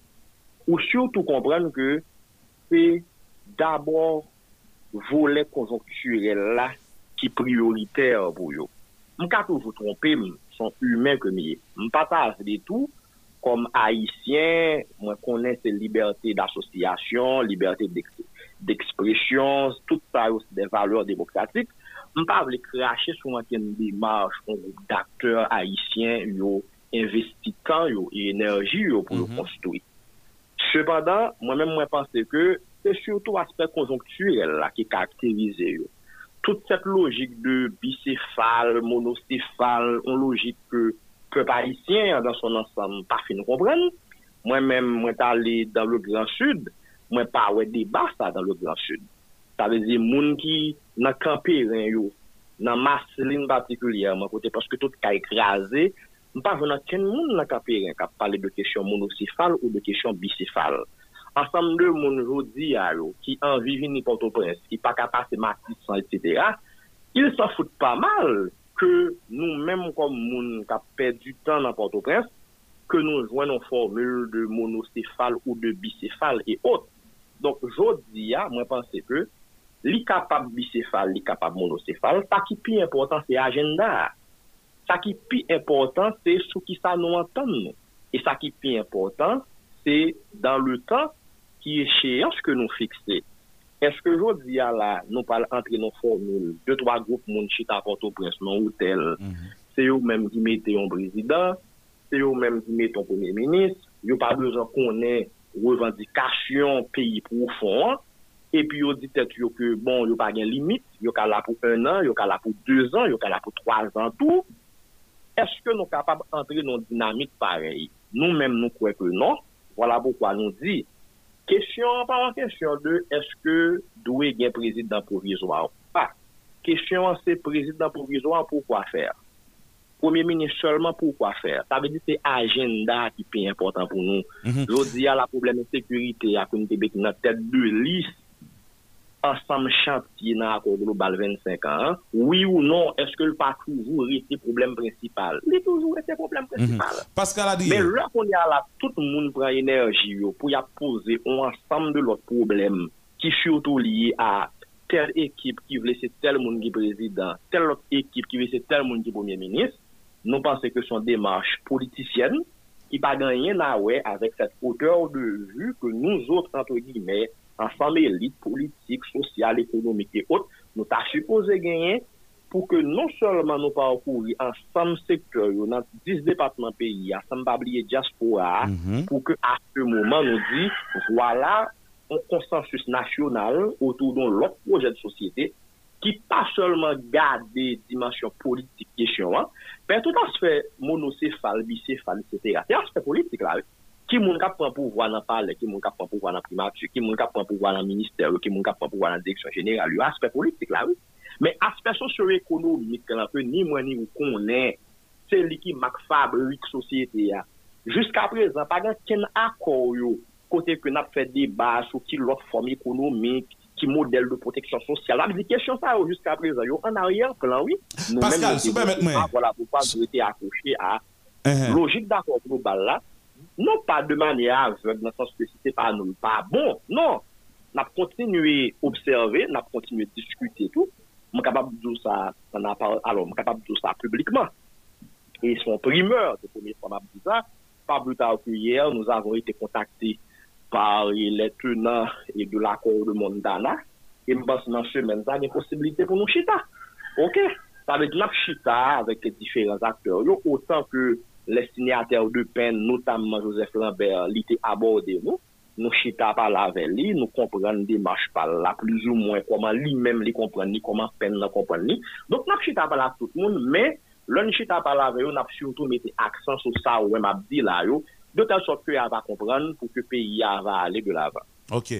ou surtout comprendre que c'est d'abord volet conjoncturel là qui est prioritaire pour eux. Je ne peux pas vous tromper, sont humains que je ne partage de tout. Comme haïtien, moi je connais ces libertés d'association, liberté d'expression, tout ça c'est des valeurs démocratiques. Je ne peux pas vous cracher sur une démarche, un groupe d'acteurs haïtiens, yo investi temps et énergie yo pour mm-hmm. le construire. Cependant, moi-même, moi pense que c'est surtout l'aspect conjoncturel là qui caractérise yo. Toute cette logique de bicéphale, monocéphale, une logique que le peuple haïtien dans son ensemble pas fait nous comprendre. Moi-même, moi allé dans le Grand Sud, moi pas ouais débat ça dans le Grand Sud. Ça veut dire moun qui dans campé yo, dans Marceline particulièrement côté parce que tout cas écrasé, pas venant ken moun dans campé qui parler de questions monocéphales ou de questions bicéphales. Ensemble de moun jodi a yo qui envie venir Port-au-Prince, qui pas capable de Matissan et cetera. Ils s'en foutent pas mal que nous-mêmes comme moun qui a perdu du temps dans Port-au-Prince, que nous joignons une formule de monocéphale ou de bicéphale et autres. Donc jodi a, moi pense que li capable bicéphale, li capable monocéphale, ça qui plus important c'est agenda. Ça qui plus important c'est ce qui ça nous entend. Et ça qui plus important c'est dans le temps qui échéance que nous fixons. Est-ce que aujourd'hui là nous parlons entre nos formules deux trois groupes moun chita à Port-au-Prince non hôtel, mm-hmm. c'est eux même qui mettent un président, c'est eux même qui mettent un premier ministre, il pas besoin qu'on ait revendication pays profond, et puis on dit peut-être que bon, il n'y a pas de limite, il y a là pour un an, il y a là pour deux ans, il y a là pour trois ans, tout. Est-ce que nous sommes capables d'entrer dans une dynamique pareille? Nous-mêmes, nous croyons que non. Voilà pourquoi nous dit, question par question de est-ce que doit y un président provisoire? Pas. Question c'est président provisoire, pourquoi faire? Premier ministre seulement, pourquoi faire? Ça veut dire que c'est agenda qui est important pour nous. Mm-hmm. Je dis à la problème de sécurité, à la Québec, dans tête de liste, ensemble chantier dans l'accord global vingt-cinq ans, oui ou non, est-ce que le pas toujours été problème principal? Il a toujours été problème principal. Mm-hmm. Pascal a dit. Mais là qu'on y a là, tout le monde prend énergie pour y poser un ensemble de l'autre problème qui surtout lié à telle équipe qui veut laisser tel monde qui président, telle autre équipe qui veut laisser tel monde qui premier ministre. Nous pensons que son démarche politicienne qui n'a rien à voir avec cette hauteur de vue que nous autres, entre guillemets, ensemble élite politique, sociale, économique et autres, nous avons supposé gagner pour que non seulement nous parcourir ensemble secteurs, dans dix départements pays, ensemble oublier diaspora, Mm-hmm. pour que à ce moment nous dit voilà un consensus national autour de l'autre projet de société qui pas seulement garde des dimensions politiques question, hein, mais tout aspect monocéphale, bicéphale, et cetera. C'est aspect politique là. Qui moun ka prend pouvoir dans parler, qui moun ka prend pouvoir dans primature, qui moun ka prend pouvoir dans ministère, qui moun ka prend pouvoir dans direction générale, il aspect politique là oui. Mais aspect socio-économique là que ni moi ni vous connaît, c'est lui qui marque fabrique société là. Jusqu'à présent pas aucun accord yo côté que n'a fait débat sur qui l'autre forme économique, qui modèle de protection sociale. La question ça jusqu'à présent yo en arrière plan oui. Nous Pascal, si vous permettez moi. Voilà pourquoi nous été accroché à Uh-huh. logique d'accord global là. Non pas de manière aveugle, dans le sens que c'était pas nous, pas bon. Non. On a continué à observer, on a continué à discuter tout. Je suis capable de dire ça, alors, je suis capable de dire ça publiquement. Et son primeur, c'est la première fois que je dis ça, pas plus tard que hier, nous avons été contactés par les tenants et de l'accord de Montana. Et je pense que dans ce semaine, il y a une possibilité pour nous chita. OK? Ça veut dire chita avec les différents acteurs. Autant que les signataires de peine, notamment Joseph Lambert, l'étaient abordés, nous. Nous chita par la avec lui, nous comprenons des marches par là, plus ou moins comment lui-même les comprendre, comment peine la comprendre. Donc, nous chita par là tout le monde, mais l'on chita par là avec nous, nous surtout mis accent sur ça, ou même dit là, de telle sorte que va comprendre pour que le pays va aller de l'avant. OK.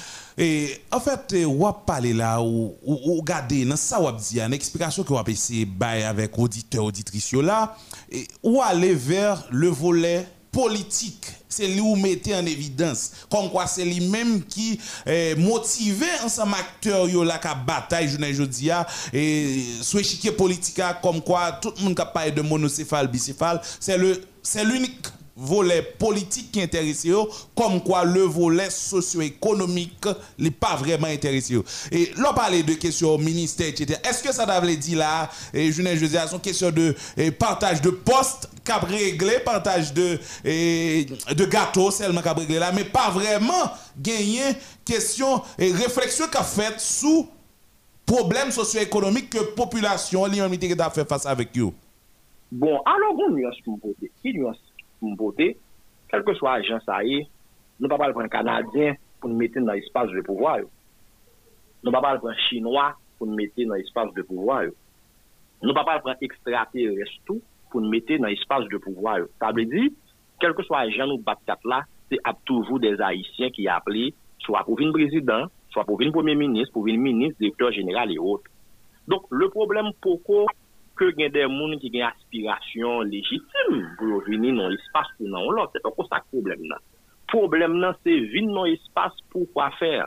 Et en fait, on va parler là, ou regarder dans ça, on va dire, une explication que on va essayer de avec auditeurs, auditrices là, ou aller vers le volet politique. C'est lui où mettez en évidence. Comme quoi, c'est lui-même qui eh, motivait ensemble acteurs yo la ka bataille journée jodi a et sur échiquier politique comme quoi tout le monde qui parle de monocéphale, bicéphale, c'est le c'est l'unique volet politique qui intéresse eux, comme quoi le volet socio-économique n'est pas vraiment intéressé. Et là, parler de questions ministère, et cetera. Est-ce que ça veut dire là, et je ne dis pas, c'est une question de et, partage de postes, cap réglé, partage de, et, de gâteaux, seulement cap réglé là, mais pas vraiment gagner question et réflexion qu'a fait sous problème socio-économique que la population, l'humanité a fait face avec eux. Bon, alors, on nuance pour voter. Qui nuance pour voter? Quel que soit l'agent, ça y est, nous ne pouvons pas prendre un Canadien pour nous mettre dans l'espace de pouvoir. Nous ne pouvons pas prendre un Chinois pour nous mettre dans l'espace de pouvoir. Nous ne pouvons pas prendre un extraterrestre tout pour nous mettre dans l'espace de pouvoir. Ça veut dire, quel que soit l'agent, nous battons là, c'est toujours des Haïtiens qui appellent, soit pour venir président, soit pour venir premier ministre, pour venir ministre, directeur général et autres. Donc, le problème, pourquoi que il y a des gens qui ont une aspiration légitime pour venir dans l'espace ou dans l'autre, c'est pas ça le problème. Le problème, c'est venir dans l'espace pour quoi faire.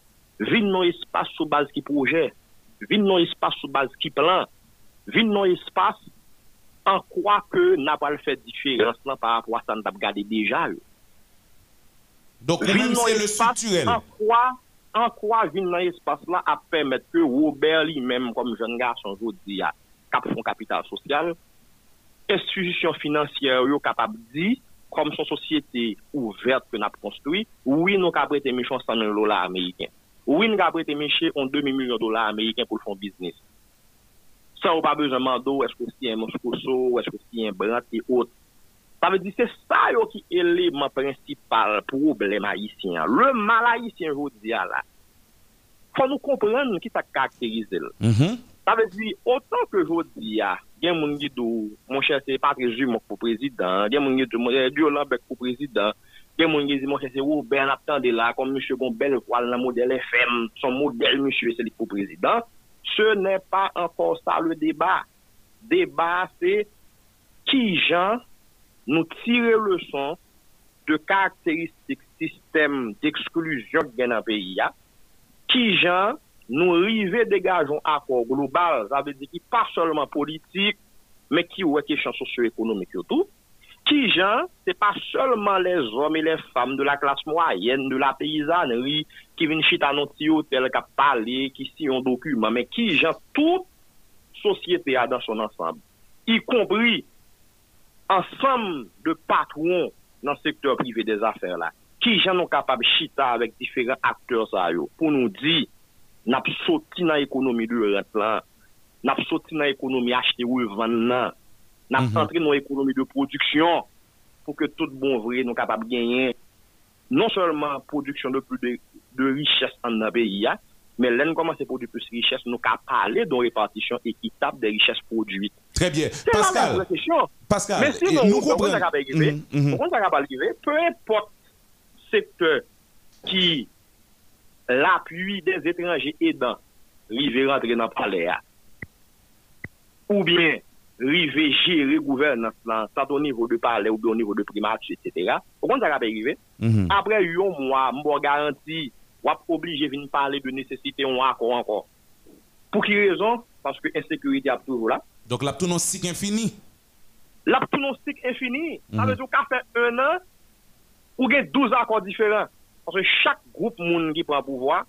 Venir dans l'espace sur base qui projet. Venir dans l'espace sur base qui plan. Venir dans l'espace en quoi que n'a pas le fait différence là, par rapport à ça, nous avons gardé déjà. Donc, même c'est le structurel. En quoi, en quoi venir dans l'espace là a permettre que Robert lui-même, comme jeune garçon, je dis, cap fond capital social, institution financière yo capable dit comme son société ouverte que n'a construit, oui nous capable prêter méchant cent mille dollars américains. Oui nous capable prêter méchant en deux millions de dollars américains pour le fond business. Ça ou pas besoin mando, est-ce que c'est un Moscoso, est-ce que c'est un Brandt et autres. Ça veut dire c'est ça yo qui élément principal problème haïtien. Le mal haïtien aujourd'hui là. Faut nous comprendre qui ça caractérise. Mhm. Ça veut dire autant que aujourd'hui a, gen moun qui dou mon cher c'est Patrice Dumont pour président, gen moun qui dou mon Dieu Lambert pour président, gen moun qui dit mon cher c'est Robert Naptande là comme monsieur gon belle voile dans modèle F M, son modèle monsieur c'est pour président. Ce n'est pas encore ça le débat. Débat c'est qui gens nous tirer leçon de caractéristiques système d'exclusion dans le pays. Qui gens nous river dégageons accord global, ça veut dire qui pas seulement politique, mais qui est question socio-économique tout. Qui gens, c'est pas seulement les hommes et les femmes de la classe moyenne, de la paysannerie, qui viennent chiter dans notre hôtel, qui parler, qui signent un document, mais qui gens, toute société a dans son ensemble, y compris ensemble de patrons dans le secteur privé des affaires là, qui gens sont capables de chiter avec différents acteurs ça yo, pour nous dire n'a pas sorti dans l'économie de rente là, n'a pas sorti dans l'économie acheter ou vendre là, n'a pas entré dans l'économie de production pour que tout bon vrai nous capable de gagner non seulement production de plus de, de richesse dans le pays, mais là nous commencer à produire plus de richesse, nous capable parler d'une répartition équitable des richesses produites. Très bien. C'est Pascal, la question. Pascal, mais sinon, nous comprenons. comprenons. Peu importe secteur qui l'appui des étrangers aidants river rentrer dans le palais ou bien river gérer gouvernance là tant au niveau de palais ou bien au niveau de primature et cetera. Pourquoi ça va arriver? Après un mois m'bo garanti ou obligé venir parler de nécessité on accord encore. Pour qui raison? Parce que insécurité a toujours là. Donc la tout non cycle infini. La tout non cycle infini. Ça veut dire qu'a fait un an ou gen douze accords différents. Parce que chaque groupe moun qui prend pouvoir,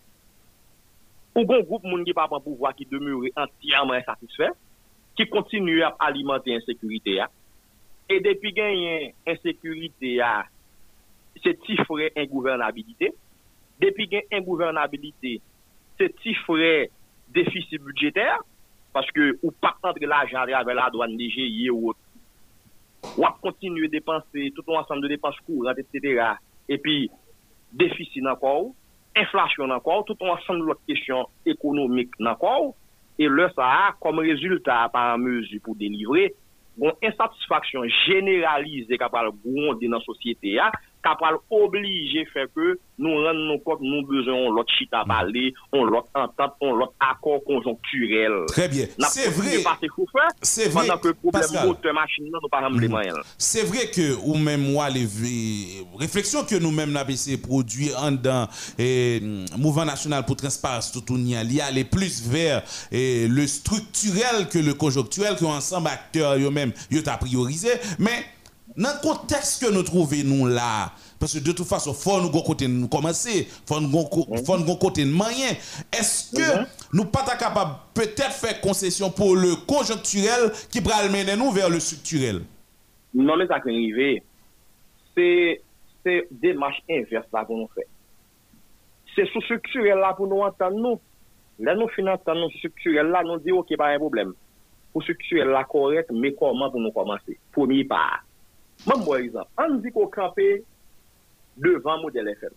ou un groupe moun qui pas prend pouvoir qui demeure entièrement insatisfait, qui continue à alimenter l'insécurité. Et depuis qu'il y a insécurité, c'est tifré ingouvernabilité. Depuis qu'il y a ingouvernabilité, c'est tifré déficit budgétaire, parce que ou pas entrer l'argent avec la douane D G I ou autre. Ou à continuer à dépenser tout un ensemble de dépenses courantes, et cetera. Et puis, déficit encore, inflation encore, tout un ensemble d'autres questions économiques encore. Et là, ça a comme résultat, par mesure pour délivrer, une insatisfaction généralisée capable de dans la société, capable obligé faire que nous rendons nos compte, nous besoin l'autre chita parler, on l'autre entente, on l'autre accord conjoncturel. Très bien. C'est vrai. C'est vrai. Pendant que le problème moteur machine, nous pas rembler moyen. C'est vrai que ou même moi les réflexions que nous mêmes n'avons essayé de produire en dans et mouvement national pour transparence tout il y a les plus vers et le structurel que le conjoncturel que ensemble acteurs eux-mêmes ils ont priorisé, mais dans le contexte que nous trouvons nous là, parce que de toute façon, il faut nous côté nous commencer, il faut nous côté de moyen. Est-ce que mm-hmm. nous ne sommes pas capables peut-être faire concession pour le conjoncturel qui va mener nous vers le structurel? Non, mais ça qui arrive, c'est c'est démarche inverse là pour nous faire. C'est sous structurel là pour nous entendre nous. Là nous finissons nous structurel là, nous disons OK, pas un problème. Pour structurel là correct, mais comment pour nous commencer? Premier pas. Même par exemple, on dit qu'on campe devant modèle F M.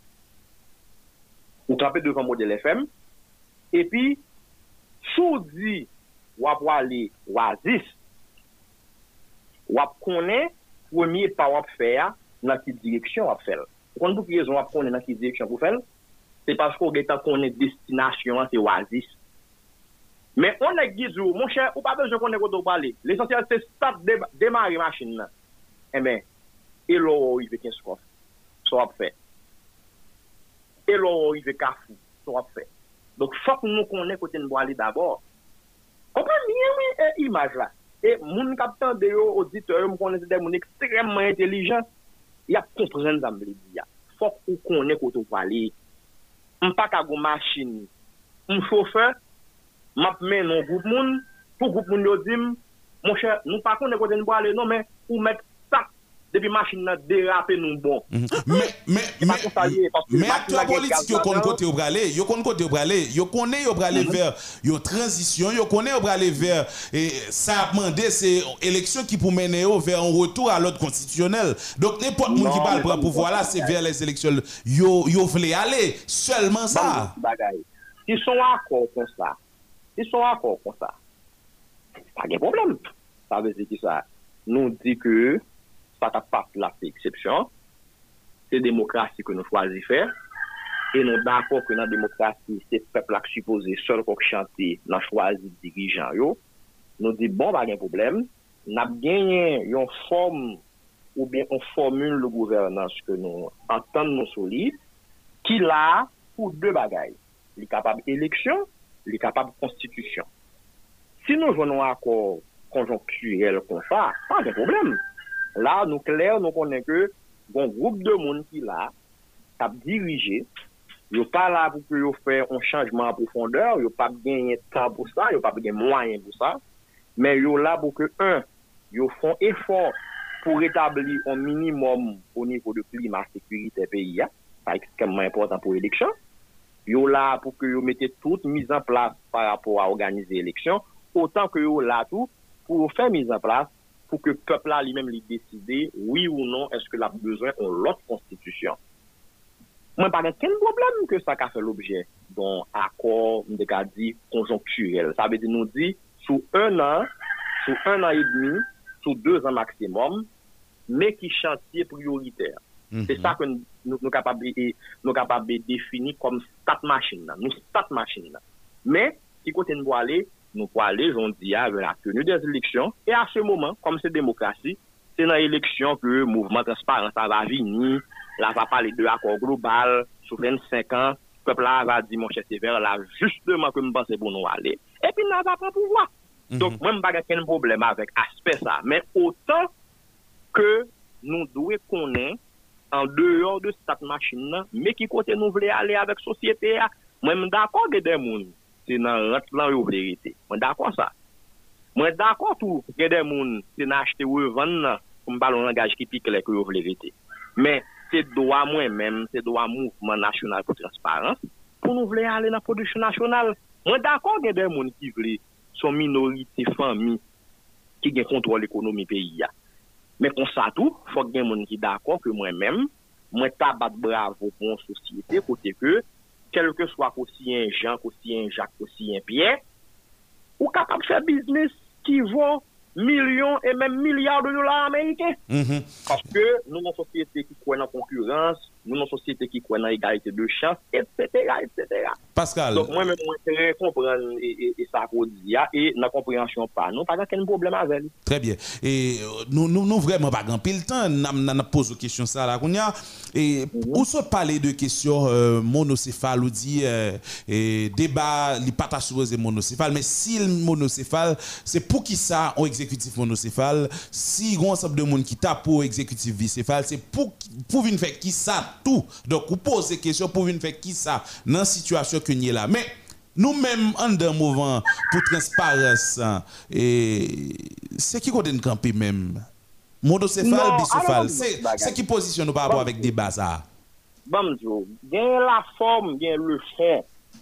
On campe devant modèle F M. Et puis, sous dit, on va aller Oasis, on va connaître premier pas on faire dans quelle direction on va faire. Quand vous raison on va connaître dans quelle direction pour faire, c'est parce qu'on est en connaître destination c'est Oasis. Mais on a dit mon cher, ou pas besoin qu'on ait qu'on parler. L'essentiel c'est start démarrer machine là. Eh bien, et là, il veut qu'un scoff, ça va faire. Et là, il veut qu'un fou, ça va faire. Donc, il faut que nous connaissions côté nous aller d'abord. On peut bien une image là. Et mon capteur de auditeurs, nous connaissons des gens extrêmement intelligents. Il y a comprendre dans le dire. Il faut que nous connaissions côté nous aller. On ne peut pas qu'à une machine. Un chauffeur, m'a mis un groupe monde, pour groupe monde dit, mon cher, nous ne pouvons pas côté nous aller, non, mais pour mettre depuis machine n'a dérapé nous bon. Mais mais mais mais acteur politique yo kon côté au bralé, yo kon côté au bralé, yo connaît yo bralé vers yo transition, yo connaît yo bralé vers et ça a demandé c'est élection qui pour mener vers un retour à l'ordre constitutionnel. Donc n'importe monde qui parle pour pouvoir là c'est vers les élections yo yo voulait aller seulement ça. Ils sont d'accord comme ça. Ils sont d'accord comme ça. Pas de problème. Ça veut dire que ça nous dit que ça t'a pas la exception. C'est démocratie que nous choisissons faire. Et nous d'accord que dans la démocratie, c'est le peuple qui supposé seul pour chanter, nous choisi dirigeant. Yo. Nous dit bon, pas de problème. Nous avons gagné une forme ou bien une formule de gouvernance que nous entendons solide, qui là pour deux bagailles. Il est capable d'élection, il est capable de constitution. Si nous venons à un accord conjoncturel comme ça, pas de problème. Là, nous clair, nous connaissons que bon groupe de monde qui là, a dirigé, il n'est pas là pour que faire un changement en profondeur, il n'y a pas gagné de temps pour ça, il n'y a pas gagné de moyens pour ça, mais il est là pour que, un, ils font effort pour établir un minimum au niveau de climat sécurité pays, c'est extrêmement important pour l'élection. Ils sont là pour que vous mettez toute mise en place par rapport à organiser l'élection, autant que vous là tout pour faire mise en place pour que le peuple là lui-même lui décide oui ou non est-ce qu'il a besoin de l'autre constitution. Moi pas quel problème que ça a fait l'objet d'un accord de dit conjoncturel. Ça veut dire nous dit sous un an, sous un an et demi, sous deux ans maximum, mais qui chantier prioritaire. Mm-hmm. C'est ça que nous nous capables nous capables de définir comme start machine. Nous start machine. Mais si côté nous aller nous pouvons aller, on dit, avec la tenue des élections. Et à ce moment, comme c'est démocratie, c'est dans l'élection que le mouvement transparent ça va venir. Là, va parler de l'accord global sur vingt-cinq ans. Le peuple là va dire, mon cher Sévère, là, justement, que je pense pour nous aller. Et puis, nous va pas pouvoir. Mm-hmm. Donc, moi, je n'ai pas de problème avec l'aspect ça. Mais autant que nous devons connaître en dehors de cette machine, mais qui côté nous voulons aller avec la société, moi, je suis d'accord avec des gens. C'est dans rentre là ou vérité. Moi d'accord ça. Moi d'accord tout, il y a des gens c'est acheter ou vendre comme ballon langage qui pique les que vérité. Mais c'est droit moi même, c'est droit mouvement national pour transparence pour nous voulons aller dans la production nationale. Moi d'accord il y a des gens qui veulent son minorité famille qui gagne contrôle l'économie pays. Mais pour ça tout, faut que des gens qui d'accord que moi même, moi tabat bravo pour une société côté que quel que soit aussi un Jean, aussi un Jacques, aussi un Pierre, ou capable de faire business qui vaut millions et même milliards de dollars américains. Mm-hmm. Parce que nous, nos sociétés qui croient en concurrence, nous, nos sociétés qui croient en égalité de chance, et cetera, et cetera. Pascal. Donc, moi-même, je comprends et, et, et ça qu'on dit, et la compréhension pas. Nous, pas aucun problème avec lui. Très bien. Et nous, nous, nous vraiment pas grand pile temps, nous avons posé une question ça là. Et où se parler de questions euh, monocéphales ou dit euh, et débat, il pas ta supposé monocéphale, mais si le monocéphale, c'est pour qui ça on exécutif monocéphale, si il y a un ensemble de monde qui tape pour exécutif bicéphale, c'est pour pour venir faire qui ça tout. Donc vous posez des questions pour venir faire qui ça dans la situation que nous est là. Mais nous-mêmes en d'un mouvement pour transparence et c'est qui côté de camper même monocéphale bicéphale, c'est c'est qui positionne par rapport avec débat ça. Bon Dieu, gagne la forme, gagne le fond.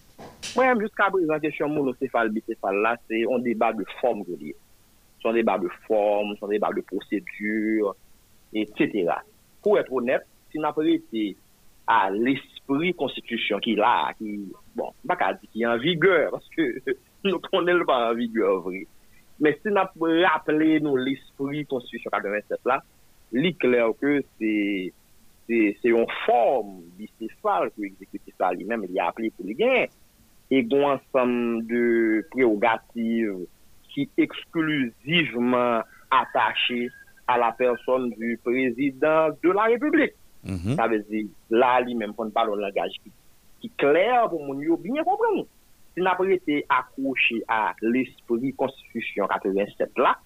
Moi jusqu'à présent question monocéphale bicéphale là, c'est un débat de forme je dis. C'est un débat de forme, c'est un débat de procédure, et cetera. Pour être honnête, si n'a pas été à l'esprit constitution qui là, qui bon, pas qu'à dire qui est en vigueur parce que nous connaissons pas en vigueur vrai. Mais si n'a pas rappelé nous l'esprit constitution quatre-vingt-sept là, il est clair que c'est c'est c'est une forme bicéphale que l'exécutif là lui-même il a appelé pour les gains et un ensemble de prérogatives qui exclusivement attachées à la personne du président de la République. Mm-hmm. Ça veut dire, là, lui-même, qu'on parle un langage qui, qui est clair pour mon bien comprendre. Si n'a pas été accroché à l'esprit constitution quatre-vingt-sept là,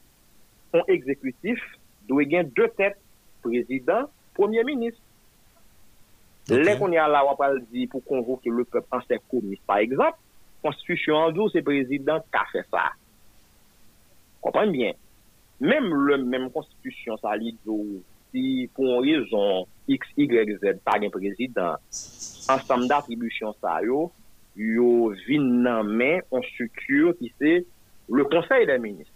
un exécutif doit gagner deux têtes, président, premier ministre. Okay. Là qu'on y a là, on va dire pour convoquer le peuple en ses commis, par exemple, constitution en jour, c'est président qui a fait ça. Comprenez bien. Même le même constitution, ça dit si pour une raison X, Y, Z, pas un président, ensemble d'attributions ça yo, yo vin nan men en structure qui c'est le Conseil des ministres.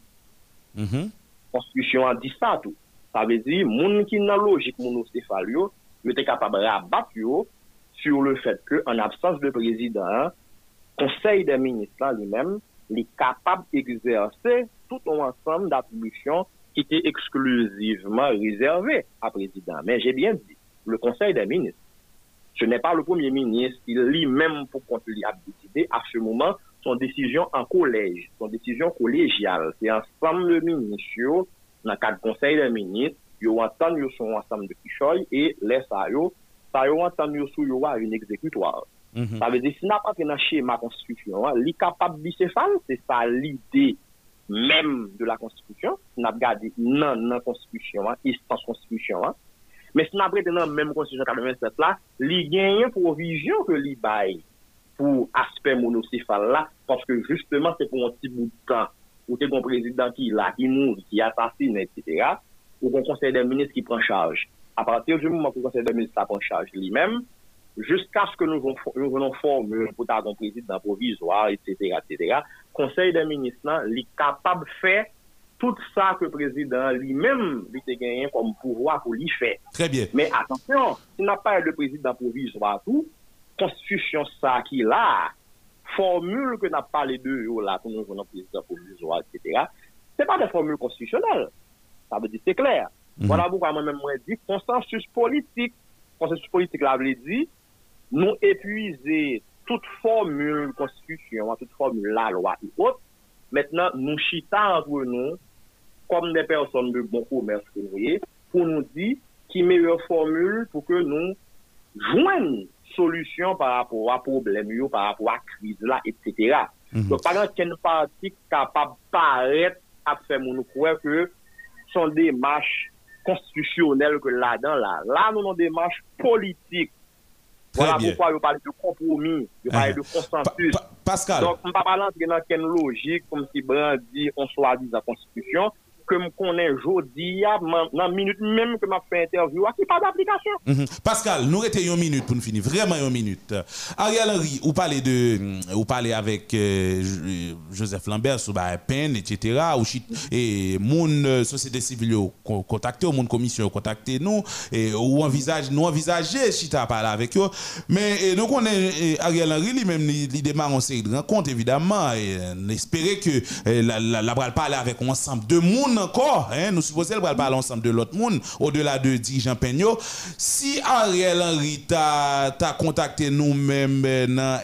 Mhm. Constitution a dit ça tout. Ça veut dire moun qui nan logique monocéphale yo, yo était capable de rabattre yo sur le fait que en absence de président, Conseil des ministres là lui-même, il est capable d'exercer tout un ensemble d'attributions qui étaient exclusivement réservées à président. Mais j'ai bien dit, le Conseil des ministres, ce n'est pas le Premier ministre qui lui-même pour compte lui a décidé à ce moment son décision en collège, son décision collégiale. C'est ensemble de ministres dans le cadre du Conseil des ministres, ils entendent son ensemble de fichoy et les ça yo, ça yo entendent sous yo une exécutoire. Mm-hmm. Ça veut dire si n'a pas dans schéma constitution, hein, li capable bicéphale, c'est ça l'idée même de la constitution. N'a regardé non non constitution, hein, instance constitution, hein. Mais si n'a pas dans même constitution quatre-vingt-sept là, li gagne provision que li bail pour aspect monocéphale là parce que justement c'est pour un petit bout de temps où t'es un président qui là qui mourit, qui assassine et cetera. Ou un conseil des ministres qui prend charge. À partir du moment où le conseil des ministres prend charge lui-même, jusqu'à ce que nous venons former pour un président provisoire, et cetera, et cetera, le conseil des ministres est capable de faire tout ça que le président lui-même a gagné comme pouvoir pour lui faire. Très bien. Mais attention, s'il n'a pas de président provisoire, tout, constitution ça qui là, formule que n'a pas les deux là, pour nous venons président provisoire, et cetera, ce n'est pas des formules constitutionnelles. Ça veut dire c'est clair. Mm-hmm. Voilà pourquoi moi-même moi dit consensus politique. Consensus politique là veut dire nous épuiser toute formule constitution, toute formule la loi et autres. Maintenant nous chita entre nous comme des personnes de bon commerce que vous voyez pour nous dire qui meilleure formule pour que nous joignent solution par rapport à problème yo, par rapport à crise là, et cetera. Mm-hmm. Donc par exemple une partie capable paraître à faire nous croire que sont des démarches constitutionnelles que là-dedans, là. Là, nous avons des démarches politiques. Très voilà bien. pourquoi je parle de compromis, je parle uh-huh. de consensus. Pa- pa- Pascal. Donc, on ne peut pas rentrer dans quelle logique, comme si Brand dit, on soi-disant constitution, que je connais aujourd'hui, dans la minute même que je fais interview, il n'y a pas d'application. Mm-hmm. Pascal, nous restons une minute pour nous finir, vraiment une minute. Ariel Henry, vous parlez de, vous parlez avec euh, Joseph Lambert sur la peine, et cetera. Ou, et mon société civile contacté, mon commission contacté nous, et ou envisage, nous envisager Chita parler avec eux. Mais et, nous connaissons Ariel Henry, lui-même, il démarre en série de rencontres, évidemment, et on espérait que eh, la, la, la, la parler avec un ensemble de monde encore, hein, nous supposons qu'elle va parler ensemble de l'autre monde, au-delà de dirigeant Peño. Si Ariel Henry t'a contacté nous-mêmes dans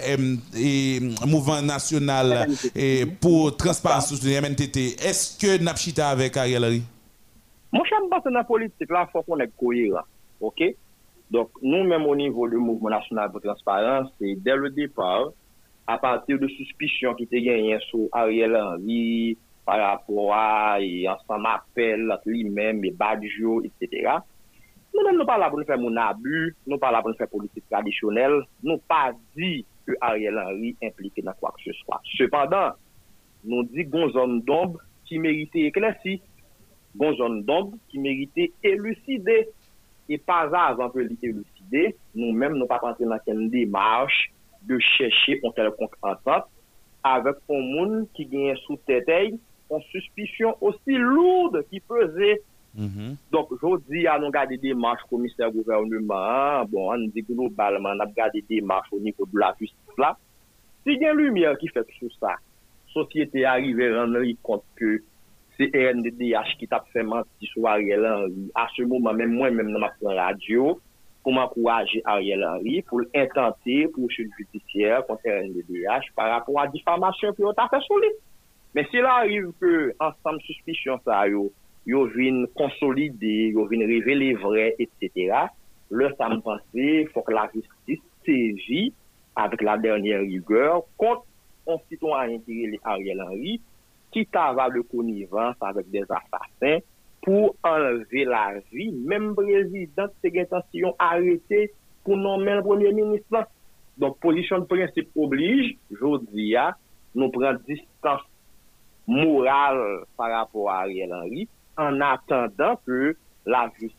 le mouvement national et pour transparence sur le M N T T, est-ce que nous avons avec Ariel Henry? Mon cher, je pense que dans la politique, là, il faut qu'on ait cohérent. OK? Donc, nous-mêmes, au niveau du mouvement national pour transparence, c'est dès le départ, à partir de suspicions qui étaient gagnées sur Ariel Henry, par rapport à, et ensemble appel, lui-même, et Badjo, et cetera. Nous-mêmes, nous ne sommes pas là pour nous faire mon abus, nous ne sommes pas là pour nous faire politique traditionnelle, nous ne pas dit que Ariel Henry impliqué dans quoi que ce soit. Cependant, nous disons qu'on zone d'ombre qui méritait éclairci, qu'on zone d'ombre qui méritait élucider, et pas avant que l'élucider, nous-mêmes, nous ne pas rentrer dans une démarche de chercher un quelconque entente avec un monde qui gagne sous tête une suspicion aussi lourde qui pesait. Mm-hmm. Donc, je dis à nous garder des démarches commissaire gouvernement, bon, on dit globalement, on a gardé des démarches au niveau de la justice là. Si il y a une lumière qui fait tout ça, la société arrive à rendre compte que c'est R N D D H qui t'a fait mentir sur Ariel Henry. À ce moment, même moi-même, dans ma radio, pour m'encourager Ariel Henry, pour l'intenter pour le judiciaire contre R N D D H par rapport à la diffamation que tu as fait sur lui. Mais s'il arrive que ensemble suspicion ça yo yo viennent consolider, yo viennent révéler vrai, et cetera. Là, ça me pensait, faut que la justice sévit avec la dernière rigueur contre un citoyen qui est Ariel Henry, qui t'avale de connivence avec des assassins pour enlever la vie, même président c'est intention arrêté pour nommer le premier ministre. Donc, position de principe oblige, je dis, nous prenons distance morale par rapport à Ariel Henry, en attendant que la justice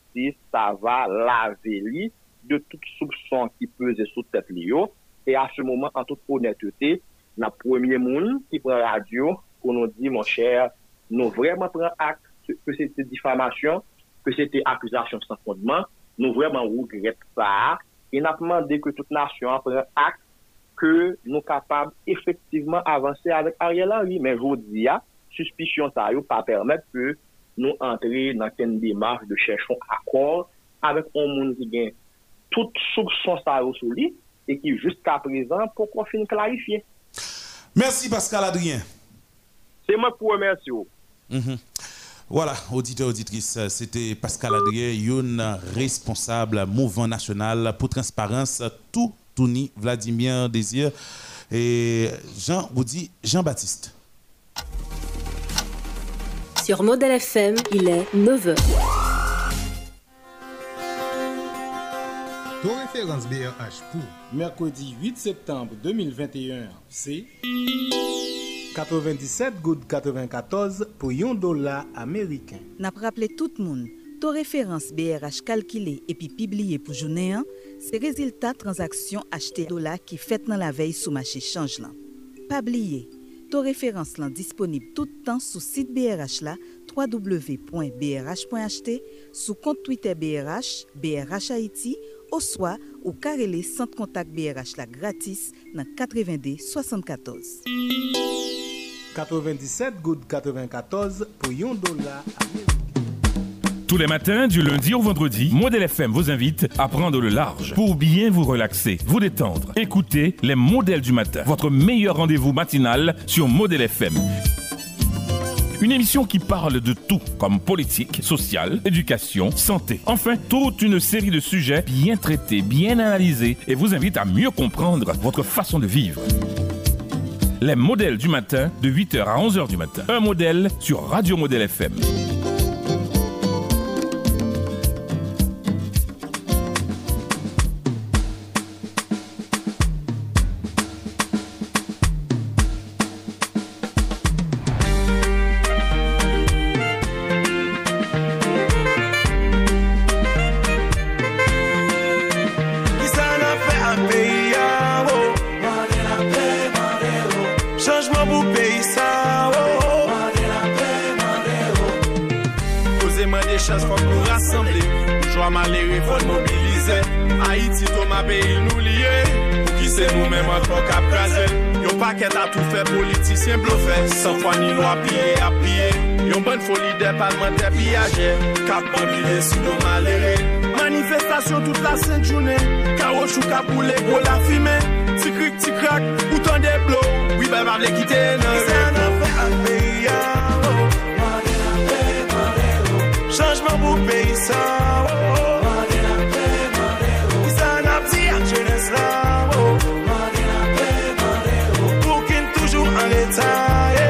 justice, ça va laver lui de tout soupçon qui pesait sous tête lui. Et à ce moment, en toute honnêteté, la premier monde qui prend radio pour nous dire, mon cher, nous vraiment prenons acte que c'était diffamation, que c'était accusation sans fondement, nous vraiment regrettons ça. Et nous avons demandé que toute nation prenne acte que nous sommes capables effectivement d'avancer avec Ariel Henry. Mais je dis, suspicion ça ne pas permettre que nous entrions dans une démarche de chercher un accord avec un monde qui gagne toute soupçon ça sur lui et qui jusqu'à présent pour qu'on finisse clarifier. Merci Pascal Adrien. C'est moi pour remercier. Mm-hmm. Voilà, auditeurs, auditrices, c'était Pascal Adrien, un responsable mouvement national pour transparence, tout Touni, Vladimir Désir et Jean vous dit Jean-Baptiste. Sur Modèle F M, il est neuf heures. Ton référence B R H pour mercredi huit septembre deux mille vingt et un, c'est quatre-vingt-dix-sept gouttes quatre-vingt-quatorze pour un dollar américain. N'a rappelé tout le monde, ton référence B R H calculée et puis publiée pour journée un, c'est résultat transaction acheté dollar qui fait dans la veille sous marché change là. Pas oublier, ton référence là disponible tout le temps sur site B R H là w w w point b r h point h t, sous compte Twitter B R H, B R H Haïti, au soit ou carrelé centre contact B R H là gratis dans quatre-vingt-deux soixante-quatorze. quatre-vingt-dix-sept gouttes quatre-vingt-quatorze pour un dollar américain. Tous les matins, du lundi au vendredi, Modèle F M vous invite à prendre le large pour bien vous relaxer, vous détendre. Écoutez les Modèles du matin, votre meilleur rendez-vous matinal sur Modèle F M. Une émission qui parle de tout, comme politique, sociale, éducation, santé. Enfin, toute une série de sujets bien traités, bien analysés et vous invite à mieux comprendre votre façon de vivre. Les Modèles du matin, de huit heures à onze heures du matin. Un modèle sur Radio Modèle F M. Sans foi ni loi pillé à piller. Yon bonne folie des parlementaires pillages. Cap bambilé sous nos malheureux. Manifestation toute la sainte journée. Caoutchouc capoulé pour la fumée. Tic cric, tic crac, bouton des blows. Oui, ben, va les quitter, non. C'est un affaire à payer. Changement pour payer ça. C'est un affaire à jeunesse là. Pour qu'il toujours en l'état.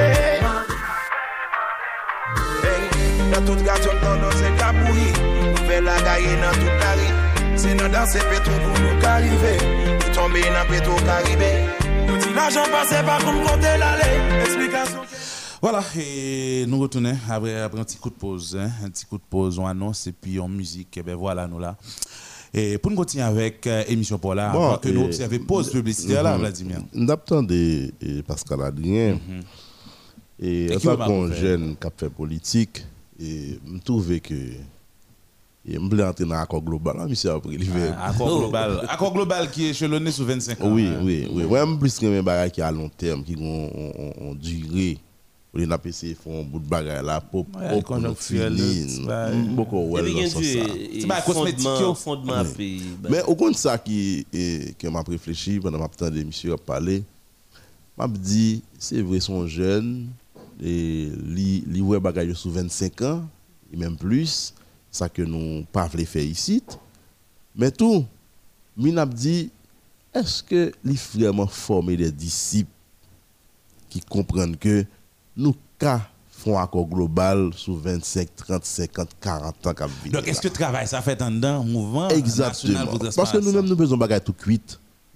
Tout garçon dans nos écabouillis, nous fait la gaille dans toute la rue. C'est dans danser pétro pour nous arriver. Nous tomber dans pétro caribé. Nous dit l'argent passé par comme compter l'aller. Explication. Voilà, et nous retournons après, après un petit coup de pause, hein, un petit coup de pause, on annonce et puis en musique, et ben voilà nous là. Et pour nous continuer avec euh, émission pour là, bon, avant que nous observions pause publicitaire là, Vladimir. Nous attendons Pascal Adrien. Mm-hmm. Et, et en tant qu'on jeune qui fait politique, et je trouve que je me entrer dans l'accord global, monsieur après l'hiver. Accord global, accord global qui est échelonné sur vingt-cinq ans. Oui, hein. oui, oui. Ouais, même plus que mes bagages qui à long terme, qui ont duré. Les N A P C font un bout de bagages là pour pour nous finir. Beaucoup ouais dans ça. C'est pas cosmétique fondement pays. Mais au compte ça qui que m'a réfléchi pendant m'a temps de monsieur a parlé. M'a dit c'est vrai son jeune et li li ouais bagages sous vingt-cinq ans et même plus ça que nous pas voulons faire ici. Mais tout m'in dit est-ce que li vraiment former des disciples qui comprennent que nous cas font un accord global sur vingt-cinq, trente, cinquante, quarante ans. Donc est-ce que le travail ça fait en dedans mouvement exactement national pour parce que nous-mêmes nous besoin bagaille tout cuite.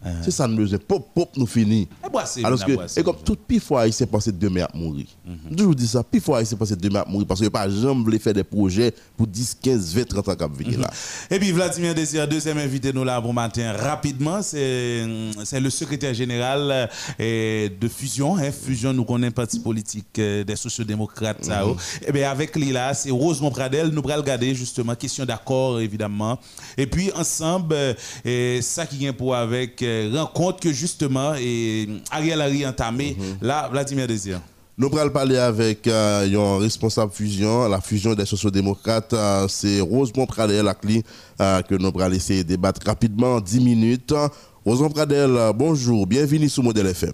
C'est ça nous besoin. Pop, pop, nous finit. Alors que, et comme tout pire fois, il s'est passé demain à mourir. Je toujours dis ça, pire fois, il s'est passé demain à mourir parce que pas jamais voulu faire des projets pour dix, quinze, vingt, trente ans qu'à venir là. Et puis Vladimir Désir, deuxième invité nous là pour matin rapidement, c'est c'est le secrétaire général eh, de Fusion. Hein. Fusion, nous connaissons parti politique eh, des sociodémocrates. Ça, oh. Et bien avec lui là, c'est Rosemont Pradel. Nous allons regarder justement question d'accord évidemment. Et puis ensemble, eh, ça qui vient pour avec eh, rencontre que justement et Ariel Henry entamé. Mm-hmm. Là, Vladimir Désir. Nous allons parler avec euh, un responsable fusion, la fusion des sociodémocrates, euh, c'est Rosemont Pradel euh, que nous allons essayer de débattre rapidement en dix minutes. Rosemont Pradel, bonjour, bienvenue sur Modèle F M.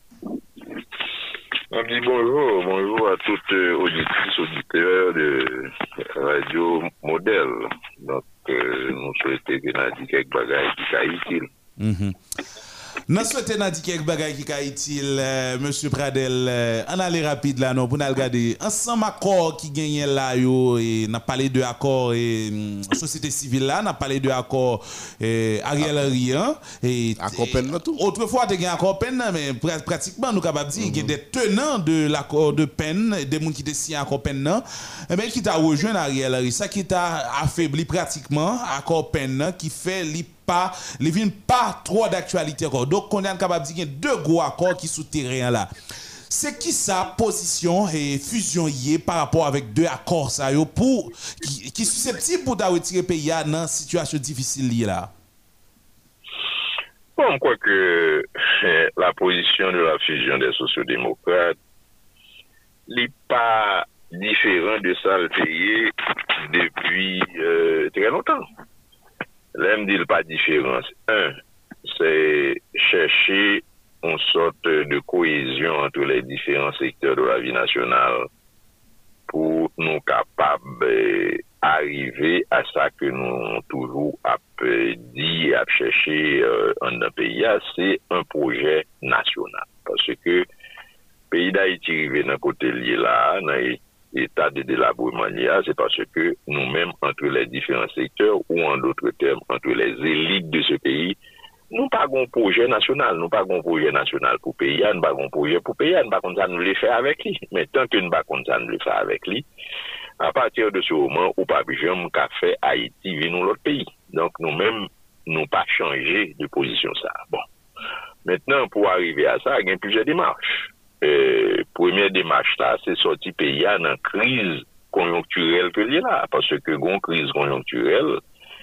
Bonjour, bonjour à toutes les auditrices, auditeurs de Radio Modèle. Donc, euh, nous souhaitons que nous ayons quelques bagages qui sont utiles. Mm-hmm. Nous souhaitons dire quelques bagages qui sont utiles, euh, Monsieur Pradel. Euh, on allait rapide là, non, pour nous regarder. Ensemble, accord qui gagne là, yo, et on a parlé de accord et hum, société civile là, on a parlé de accord et Ariel Henry, hein, et accord peine là tout. Autrefois, tu as accord peine, mais pr pratiquement, nous capables de dire qu'il y a des tenants de l'accord de peine, des gens qui décident accord peine, et bien qui t'a rejoint Ariel Henry, ça qui t'a affaibli pratiquement accord peine, qui fait li pas les vignes pas trop d'actualité encore. Donc on est capable de dire qu'il y a deux gros accords qui sont terrain là. C'est qui sa position et fusion y est par rapport avec deux accords ça yo pour qui, qui susceptible pour retirer pays dans situation difficile là. Bon, je crois que euh, la position de la fusion des sociodémocrates n'est pas différente de ça le pays depuis euh, très longtemps. L'aime dit pas différence. Un, c'est chercher une sorte de cohésion entre les différents secteurs de la vie nationale pour nous capables d'arriver à ça que nous toujours à dit, à chercher euh, en un pays, c'est un projet national. Parce que le pays d'Haïti arrivé d'un côté lié là, dans l'état de délabrement, c'est parce que nous-mêmes, entre les différents secteurs, ou en d'autres termes, entre les élites de ce pays, nous pas un projet national, nous pas un projet national pour pays, nous pas un projet pour pays, nous pas comme ça nous le faire avec lui. Mais tant que nous pas comme ça nous le faire avec lui, à partir de ce moment où pas besoin qu'a fait Haïti vient l'autre pays. Donc nous-mêmes, nous pas changé de position ça. Bon. Maintenant, pour arriver à ça, il y a plusieurs démarches. Euh, première démarche là, c'est sortir pays dans une crise conjoncturelle que il y a là, parce que une crise conjoncturelle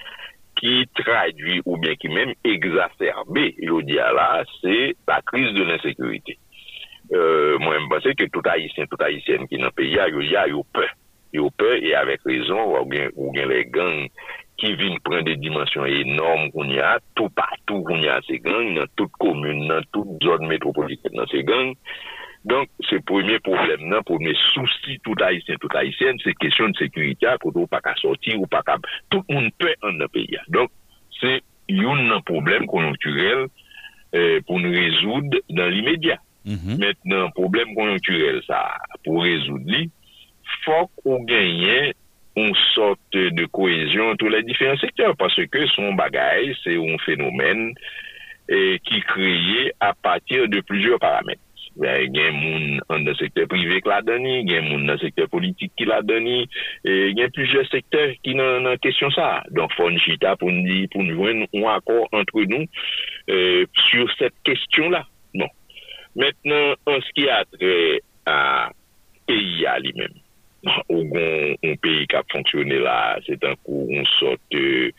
qui traduit ou bien qui même exacerbé, je dis là, c'est la crise de l'insécurité. Euh, moi, je pense que tout haïtien, tout haïtienne qui est dans le pays, il y a peur. Il y a peur et avec raison, ou bien, ou bien les gangs qui viennent prendre des dimensions énormes qu'on y a, tout partout qu'on y a ces gangs, dans toute commune, dans toute zone métropolitaine, dans ces gangs. Donc, c'est le premier problème, non, pour mes soucis tout haïtien, tout haïtienne, c'est question de sécurité, pour ne pas sortir ou pas tout le monde peut en un pays. Donc, c'est un problème conjoncturel euh, pour nous résoudre dans l'immédiat. Mm-hmm. Maintenant, problème conjoncturel, ça, pour résoudre, il faut qu'on gagne une sorte de cohésion entre les différents secteurs, parce que son bagage, c'est un phénomène euh, qui est créé à partir de plusieurs paramètres. Il y a des gens dans le secteur privé qui l'a donné, il y a des gens dans le secteur politique qui l'a donné, et il y a plusieurs secteurs qui n'ont pas question ça. Donc, il faut une chita pour nous dire, pour nous joindre un accord entre nous euh, sur cette question-là. Bon. Maintenant, en ce qui a trait à pays à lui-même, au un pays qui a fonctionné là, c'est un coup, une sorte de,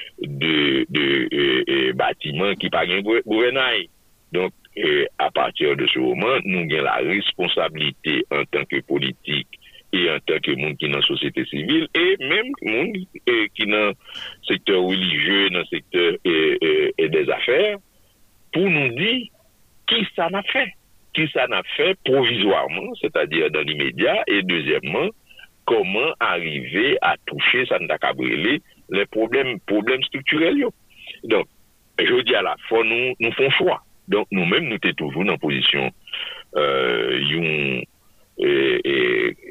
de, de, de, de bâtiment qui n'a pas de gouvernail. Donc, et à partir de ce moment, nous avons la responsabilité en tant que politique et en tant que monde qui est dans la société civile et même monde eh, qui est dans le secteur religieux, dans le secteur eh, eh, eh, des affaires, pour nous dire qui ça n'a fait. Qui ça n'a fait provisoirement, c'est-à-dire dans l'immédiat, et deuxièmement, comment arriver à toucher, ça n'a qu'à brûler, les problèmes, problèmes structurels. Yo. Donc, je dis à la fois, nous, nous faisons choix. Donc, nous-mêmes, nous sommes toujours dans la position, euh, yon, et, et, et,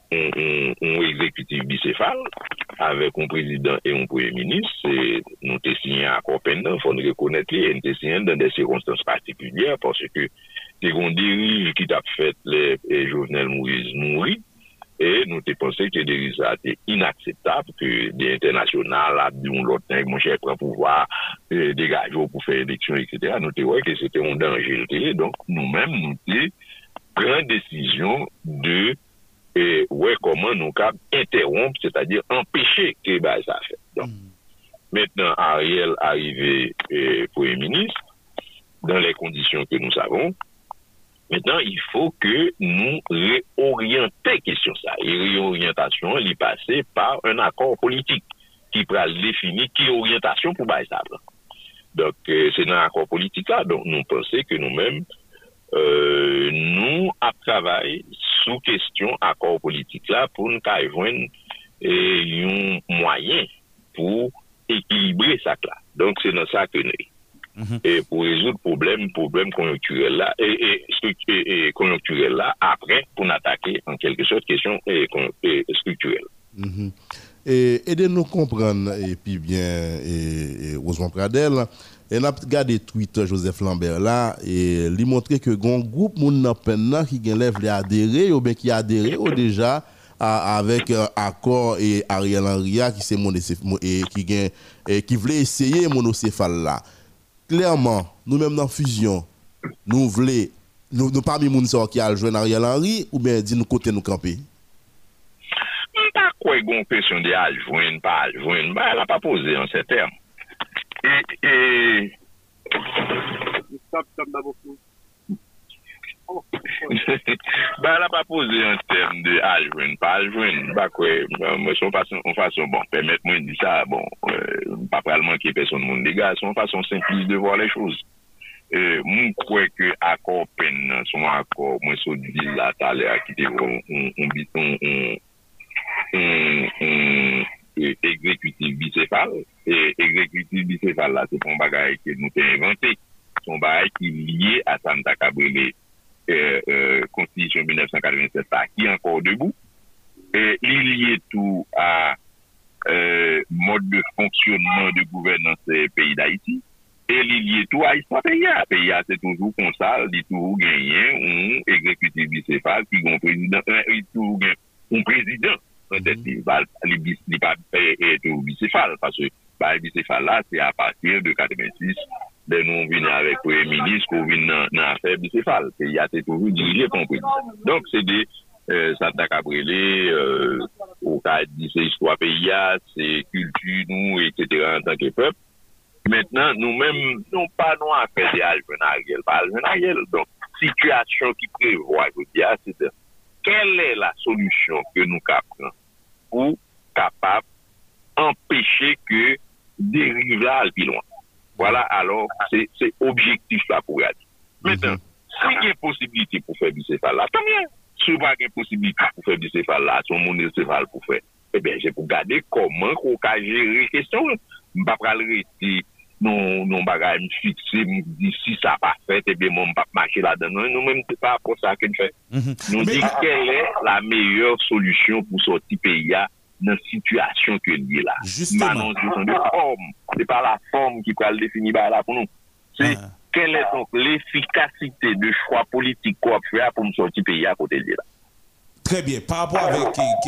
un, un, un exécutif bicéphale avec un président et un premier ministre. Et nous avons signé un accord pendant, il faut nous reconnaître, et nous avons signé dans des circonstances particulières parce que c'est une dérive qui a fait les, les Jovenel Moïse mourir. Et nous avons pensé que des ça était inacceptable, que des internationales, a dit l'autre, mon cher, prend pouvoir, euh, dégager pour faire élection, et cetera. Nous avons que c'était un danger. Donc, nous-mêmes, nous avons pris une décision de, euh, ouais, comment nous avons interrompre, c'est-à-dire empêcher que bah, ça fait. Donc, mm. maintenant, Ariel arrivé euh, Premier ministre, dans les conditions que nous savons. Maintenant, il faut que nous réorientions la question ça. Et réorientation, elle est passée par un accord politique qui pourra définir qui orientation pour bailler ça. Donc, euh, c'est dans l'accord politique là. Donc, nous pensons que nous-mêmes, euh, nous, à travailler sous question accord politique là pour nous joindre un moyen pour équilibrer ça là. Donc, c'est dans ça que nous Mm-hmm. Et pour résoudre le problème, problème conjoncturel là, et, et, et, et conjoncturel là, après, pour attaquer en quelque sorte question et, et structurelle. Mm-hmm. Et aidez-nous comprendre, et puis bien, et, et Rosemont Pradel, et on a regardé tweet Joseph Lambert là, et lui montrer que un groupe moun nan pen nan qui lève les adhérer, ou bien qui adhéré ou déjà à, avec euh, accord et Ariel Henry qui c'est et qui gagne et qui voulait essayer monocéphale là. Clairement, nous-mêmes dans la fusion, nous voulons, nous, nous parmi les gens qui a joué Ariel Henry, ou bien dit nous côté nous camper? Pas quoi, une question de à joindre, pas à joindre, bah, elle n'a pas posé en ces termes. Et, et... Stop, stop, d'abord. bah, elle n'a pas posé en termes de à joindre, pas à joindre, bah, quoi, moi, son façon, en façon, bon, permettez-moi de dire ça, bon, euh, pas probablement qu'il y ait personne monde des gars, son façon simpliste de voir les choses. Euh, moi, je crois que accord peine, son accord, moi, sur du là, t'as l'air qui était un, un, un, un, un, exécutif bicéphale, et exécutif bicéphale là, c'est un bagage que nous avons inventé, c'est un bagage qui est lié à Santa Cabrele. Euh, euh, Constitution mille neuf cent quatre-vingt-sept qui est encore debout, et il lié tout à euh, mode de fonctionnement de gouvernance des pays d'Haïti, et il lié tout à l'histoire pays. Pays c'est toujours comme ça, il toujours gagné un exécutif bicéphale qui est un président, il toujours un président, peut-être il va pas être bicéphale, parce que bah, le bicéphale là, c'est à partir de quatre-vingt-six. Ben nous venons avec le Premier ministre, qu'on vient dans l'affaire bicéphale. Il y a toujours dirigé comme président. Donc, c'est des euh, Santa Cabrele, euh, au cas de c'est histoire pays, c'est culture, nous, et cetera en tant que peuple. Maintenant, nous-mêmes, nous pas nous à faire des alvenariels, pas alvenariels. Donc, situation qui prévoit, je veux dire, c'est de quelle est la solution que nous captons pour capable empêcher que dérive là plus loin. Voilà, alors, c'est, c'est objectif là pour aller. Maintenant, mm-hmm. s'il y a une possibilité pour faire bicéphale là, tant mieux. Si il n'y a pas de possibilité pour faire bicéphale là, son monocéphale pour faire, eh bien, c'est pour garder comment on peut gérer la question. Je ne vais pas rester non, non, bagaille fixé, si ça n'a pas fait, eh bien, on ne va pas marcher là-dedans. Nous-mêmes, c'est pas pour ça qu'on fait. Mm-hmm. Nous disons quelle est la meilleure solution pour sortir pays dans la situation que liée là. Justement. C'est de forme. C'est pas la forme qui peut le définir là pour nous. C'est ah. quelle est donc l'efficacité de choix politique qu'on fait pour nous sortir pays à côté de là. Très bien. Par rapport avec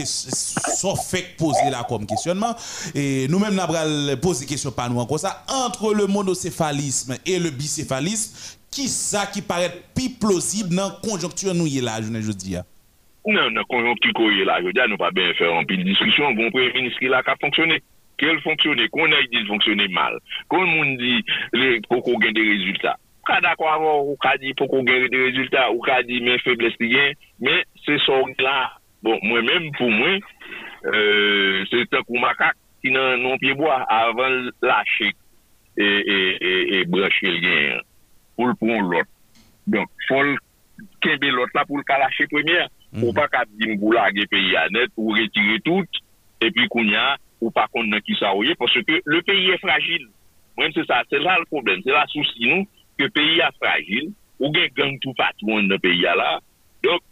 ce fait posé là comme questionnement, et nous-mêmes, nous avons posé question par nous encore ça, entre le monocéphalisme et le bicéphalisme, qui ça qui paraît plus plausible dans la conjoncture nous y là, je ne dis pas. Non, non, conjoncture qu'on y là, je dis, nous pas bien faire un pile discussion, bon premier ministre qui là qui a fonctionné. Qu'elle fonctionne, qu'on a dit fonctionner mal. Qu'on monde dit, les, pour qu'on gagne des résultats. Pas d'accord avoir, ou qu'a dit pour qu'on gagne des résultats, ou qu'a dit, mais faiblesse rien, mais c'est ça là. Bon, moi-même, pour moi, euh, c'est un coup macaque qui n'a non pied bois avant de lâcher et, et, et, et brancher le gain pour le prendre l'autre. Donc, faut le kembe l'autre là pour le lâcher première. Mm-hmm. Ou pas qu'à dire pour laguer pays à net, ou retirer tout, et puis qu'on y a, ou pas qu'on a qui ça, parce que le pays est fragile. Même c'est ça, c'est là le problème, c'est là le souci, nous, que le pays est fragile, ou qu'il y a gang tout partout dans le pays là. Donc,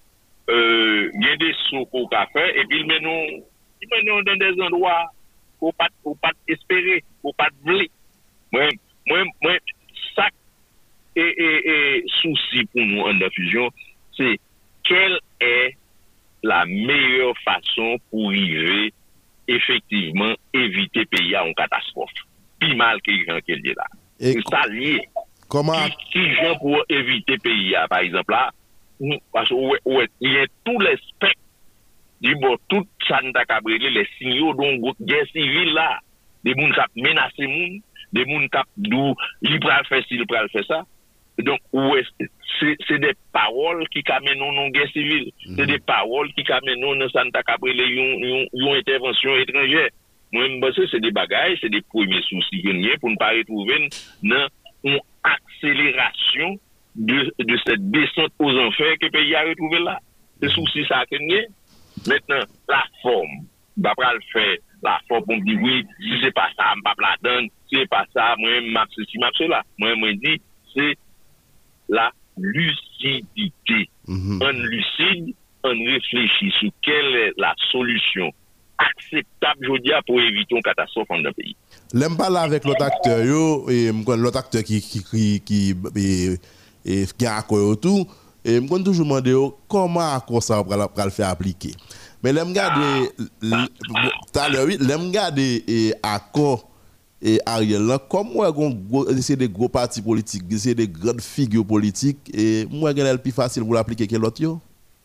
euh, il y a des sauts qu'on a fait, et puis, mais nous, il met nous dans des endroits qu'on pas, qu'on pas espérer, qu'on pas voler. Moi, moi, moi, ça, et, et, et, souci pour nous en infusion, c'est quelle est la meilleure façon pour arriver, effectivement, éviter pays en catastrophe. Plus mal que gens qui est là. Et ça lié. Comment? Qui, qui gens pour éviter pays, par exemple, là, parce qu'il y a tous les spectres, du bon, tout ça n'a qu'à brûler, les signaux d'une guerre civile là, des gens qui menacent les gens, des gens qui d'où ils peuvent faire ci, ils peuvent faire ça. Donc, c'est des paroles qui amènent nous une guerre civile. Mm-hmm. C'est des paroles qui amènent nous dans Santa Cabrele une intervention étrangère. Moi, je pense que c'est des bagages, c'est des premiers soucis qu'il y a pour ne pas retrouver dans une accélération de, de cette descente aux enfers que le pays a retrouvé là. C'est souci ça qu'il y a. Maintenant, la forme. Bah, pas le faire. La forme pour me dire oui, si c'est pas ça, je ne vais pas la donner. Si c'est pas ça, moi, je m'a ceci, m'a cela. Moi, je dis, c'est la lucidité. Mm-hmm. On lucide, on réfléchit sur quelle est la solution acceptable, je veux dire, pour éviter une catastrophe dans le pays. L'aime pas là avec l'autre acteur, yo, et l'autre acteur qui qui qui qui et qui a accord tout, et me toujours demander comment accord ça va le faire appliquer. Mais l'aime garder tout à l'heure oui, l'aime garder et accord et Ariel là comme moi c'est des gros partis politiques, c'est des grandes figures politiques et moi c'est le plus facile pour l'appliquer que l'autre yo.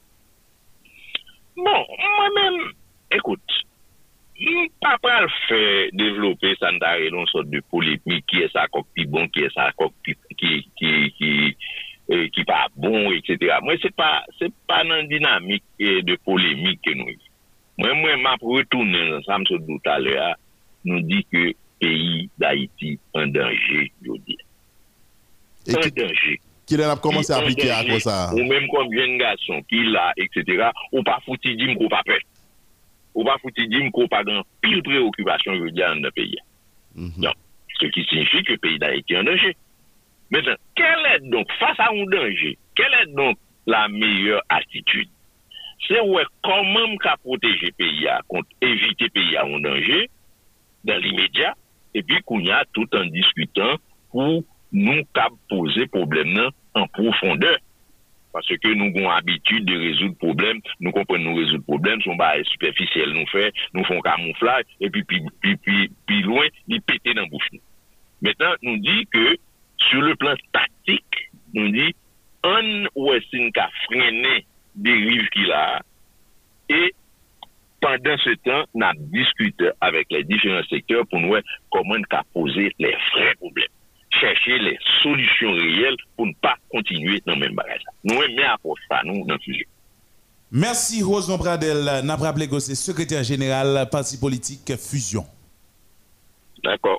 Bon, moi-même écoute, il pas pas le faire développer ça dans une sorte de polémique qui est ça cockpit bon, qui est ça cockpit qui qui qui euh, qui pas bon, et cetera. Moi c'est pas c'est pas dans dynamique de polémique que nous. Moi moi m'a retourner ensemble sur tout à l'heure nous dit que pays d'Haïti en danger, je dis. En danger. Qui a commencé à appliquer à quoi ça? Ou même comme jeune garçon qui là, et cetera. Ou pas foutu dim qu'on pas fait. Ou pas foutu dim qu'on pas dans pile préoccupation, je dis, dans le pays. Mm-hmm. Donc, ce qui signifie que le pays d'Haïti est en danger. Maintenant, quelle est donc, face à un danger, quelle est donc la meilleure attitude? C'est ouais, comment qu'a protéger le pays contre éviter le pays à un danger dans l'immédiat, et puis qu'on y a tout en discutant pour nous poser problème en profondeur. Parce que nous avons l'habitude de résoudre problème, nous comprenons nous résoudre problème, son bas superficiel nous fait, nous font camouflage, et puis puis, puis, puis, puis loin, ils pètent dans la bouche. Maintenant, nous dit que sur le plan tactique, nous dit, on ou est-ce qu'à freiner des rives qu'il a, et pendant ce temps, on a discuté avec les différents secteurs pour nous voir comment on a posé les vrais problèmes. Chercher les solutions réelles pour ne pas continuer dans le même bagage. Nous aimons approcher ça, nous, dans le sujet. Merci, Rosemont Pradel. N'a pas rappelé que c'est secrétaire général, parti politique Fusion. D'accord.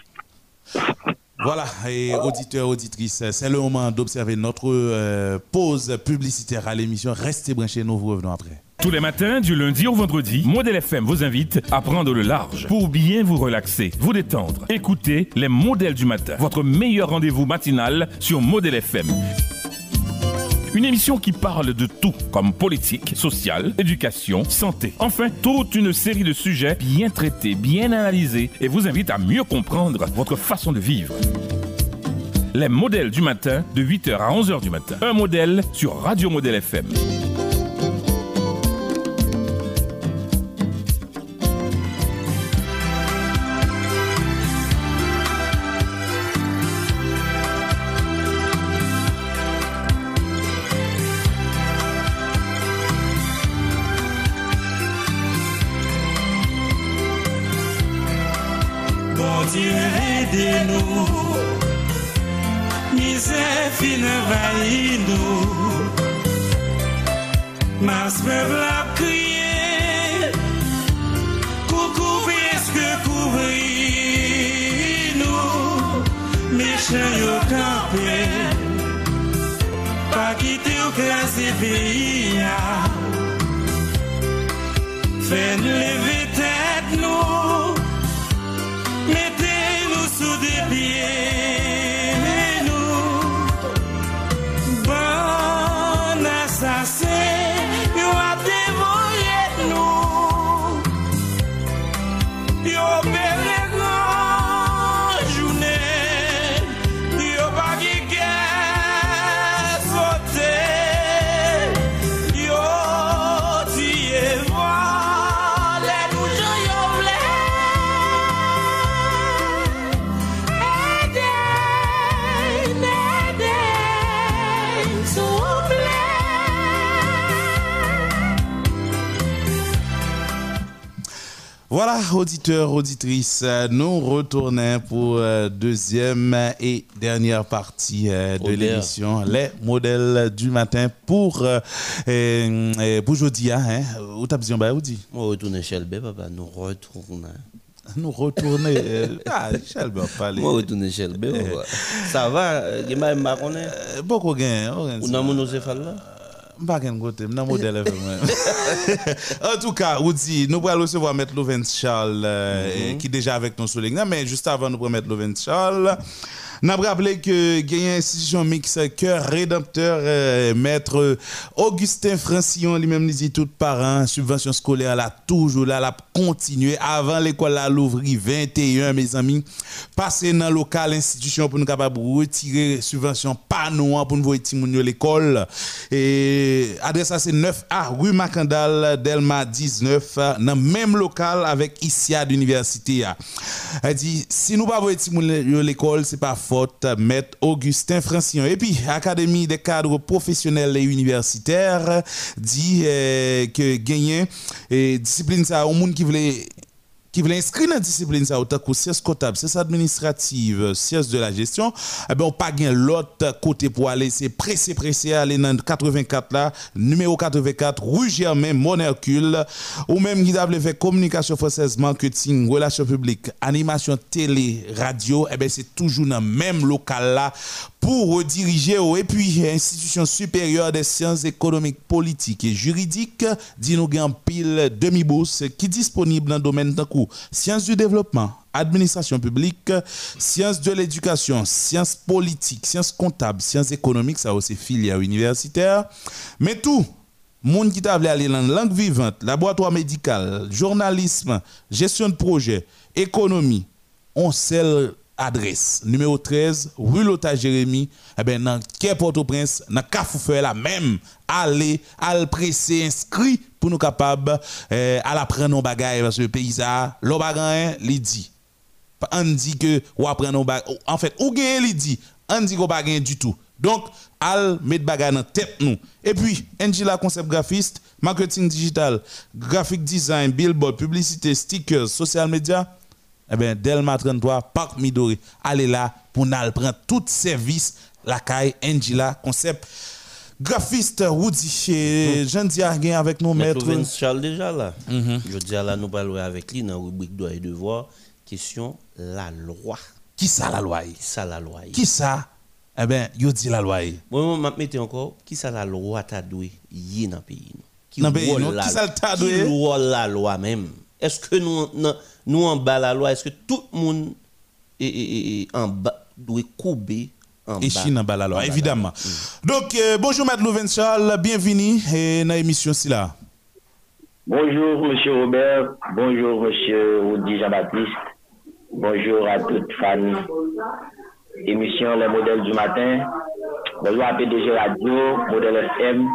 Voilà, et auditeurs, auditrices, c'est le moment d'observer notre euh, pause publicitaire à l'émission. Restez branchés, nous vous revenons après. Tous les matins, du lundi au vendredi, Modèle F M vous invite à prendre le large pour bien vous relaxer, vous détendre. Écoutez les Modèles du matin, votre meilleur rendez-vous matinal sur Modèle F M. Une émission qui parle de tout, comme politique, sociale, éducation, santé. Enfin, toute une série de sujets bien traités, bien analysés et vous invite à mieux comprendre votre façon de vivre. Les Modèles du matin, de huit heures à onze heures du matin. Un modèle sur Radio Modèle F M. Aidez-nous, misère fin envahit nous. Mas peuple a crié, coucou est-ce que couvrir nous, méchants yo campé, pas quitter au classer pays, fait lever tête nous. Mettez-nous sous des pieds, nous, bon assassin, Voilà, auditeurs, auditrices, nous retournons pour euh, deuxième et dernière partie euh, de Robert. l'émission Les modèles du matin pour euh, euh, euh, pour jeudi, hein. Où t'as besoin bah, où dit? On retourne chez Elbé, papa, nous retournons. Nous retourner euh, ah, Shelby parler. On retourne chez Elbé. Ça va, il m'a m'a connaît. Beaucoup gain. On a mon océphale là. Pas qu'un côté, n'a modèle en tout cas, on dit nous allons recevoir maître Lovense Charles euh, mm-hmm. qui est déjà avec nous sur l'église, mais juste avant nous mettre Lovense Charles, n'a rappelé que il y a une institution mixte cœur rédempteur euh, maître Augustin Francillon lui-même dit tout parents subvention scolaire là toujours là la continuer avant l'école là l'ouvrir vingt et un mes amis passer dans local institution pour nous capable retirer subvention pas nous pour nous voir ti l'école et adresse c'est neuf A rue Macandal Delma dix-neuf dans même local avec Isia d'université. Elle dit si nous pas voir ti l'école c'est pas faute maître Augustin Francillon. Et puis Académie des cadres professionnels et universitaires dit euh, que gagner et discipline ça au monde qui voulait qui voulait inscrire dans la discipline ça autant que sciences comptables, sciences administratives, sciences de la gestion, eh ben on pas gain l'autre côté pour aller c'est pressé pressé aller dans quatre-vingt-quatre là, numéro quatre-vingt-quatre rue Germain Monercule ou même qui avait fait communication française marketing, relations publiques, animation télé, radio, eh ben c'est toujours dans même local là pour rediriger et puis institution supérieure des sciences économiques, politiques et juridiques dit nous gain pile demi-bourse qui disponible dans le domaine de cours sciences du développement, administration publique, sciences de l'éducation, sciences politiques, sciences comptables, sciences économiques, ça aussi filière universitaire, mais tout monde qui t'a voulu aller dans langue vivante, laboratoire médical, journalisme, gestion de projet, économie, on seul adresse numéro treize rue Lota Jérémy eh ben dans Quai Port-au-Prince dans Cafoufeu là même aller al presser inscrit pour nous capable euh, à la prendre nos bagages parce que le pays ça l'on bagage li dit on dit que ou apprendre nos bagages en fait ou gagne li dit on dit qu'on pas gagne du tout donc al mettre bagages dans tête nous et puis Angela concept graphiste marketing digital graphic design billboard publicité stickers social media. Eh bien, Delma trente-trois, Parc Midori, allez là pour nous prendre tout service, la caille, Angela, concept, graphiste, Woody, et Jean Diarguin avec nous, maître. Maître Charles déjà là. Mm-hmm. Je dis là, nous parlons avec lui dans la rubrique droit et devoir, question la loi. Qui ça la loi? Qui ça la loi? Qui ça? Eh bien, yo dit la loi. Moi, je vais encore, qui ça la loi t'a doué y dans le pays? Qui ça t'a doué? Qui loi la loi même? Est-ce que nous, nous, nous en bas la loi, est-ce que tout le monde est, est, est en bas, doit couper en et bas? Et en bas la loi, évidemment. Mm. Donc, euh, bonjour, Maître Lovense Charles, bienvenue dans l'émission là. Bonjour, monsieur Robert. Bonjour, monsieur Audi Jean-Baptiste. Bonjour à toute famille. Émission Les modèles du matin. Bonjour à P D G Radio, Modèle F M.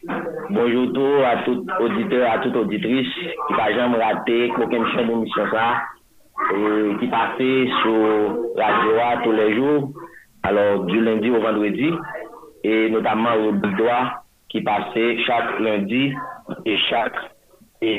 Bonjour à tout auditeur, à toute auditrice qui n'a jamais raté aucune chaîne d'émission ça, et qui passe sur Radio tous les jours, alors du lundi au vendredi, et notamment au Boudoir qui passe chaque lundi et chaque et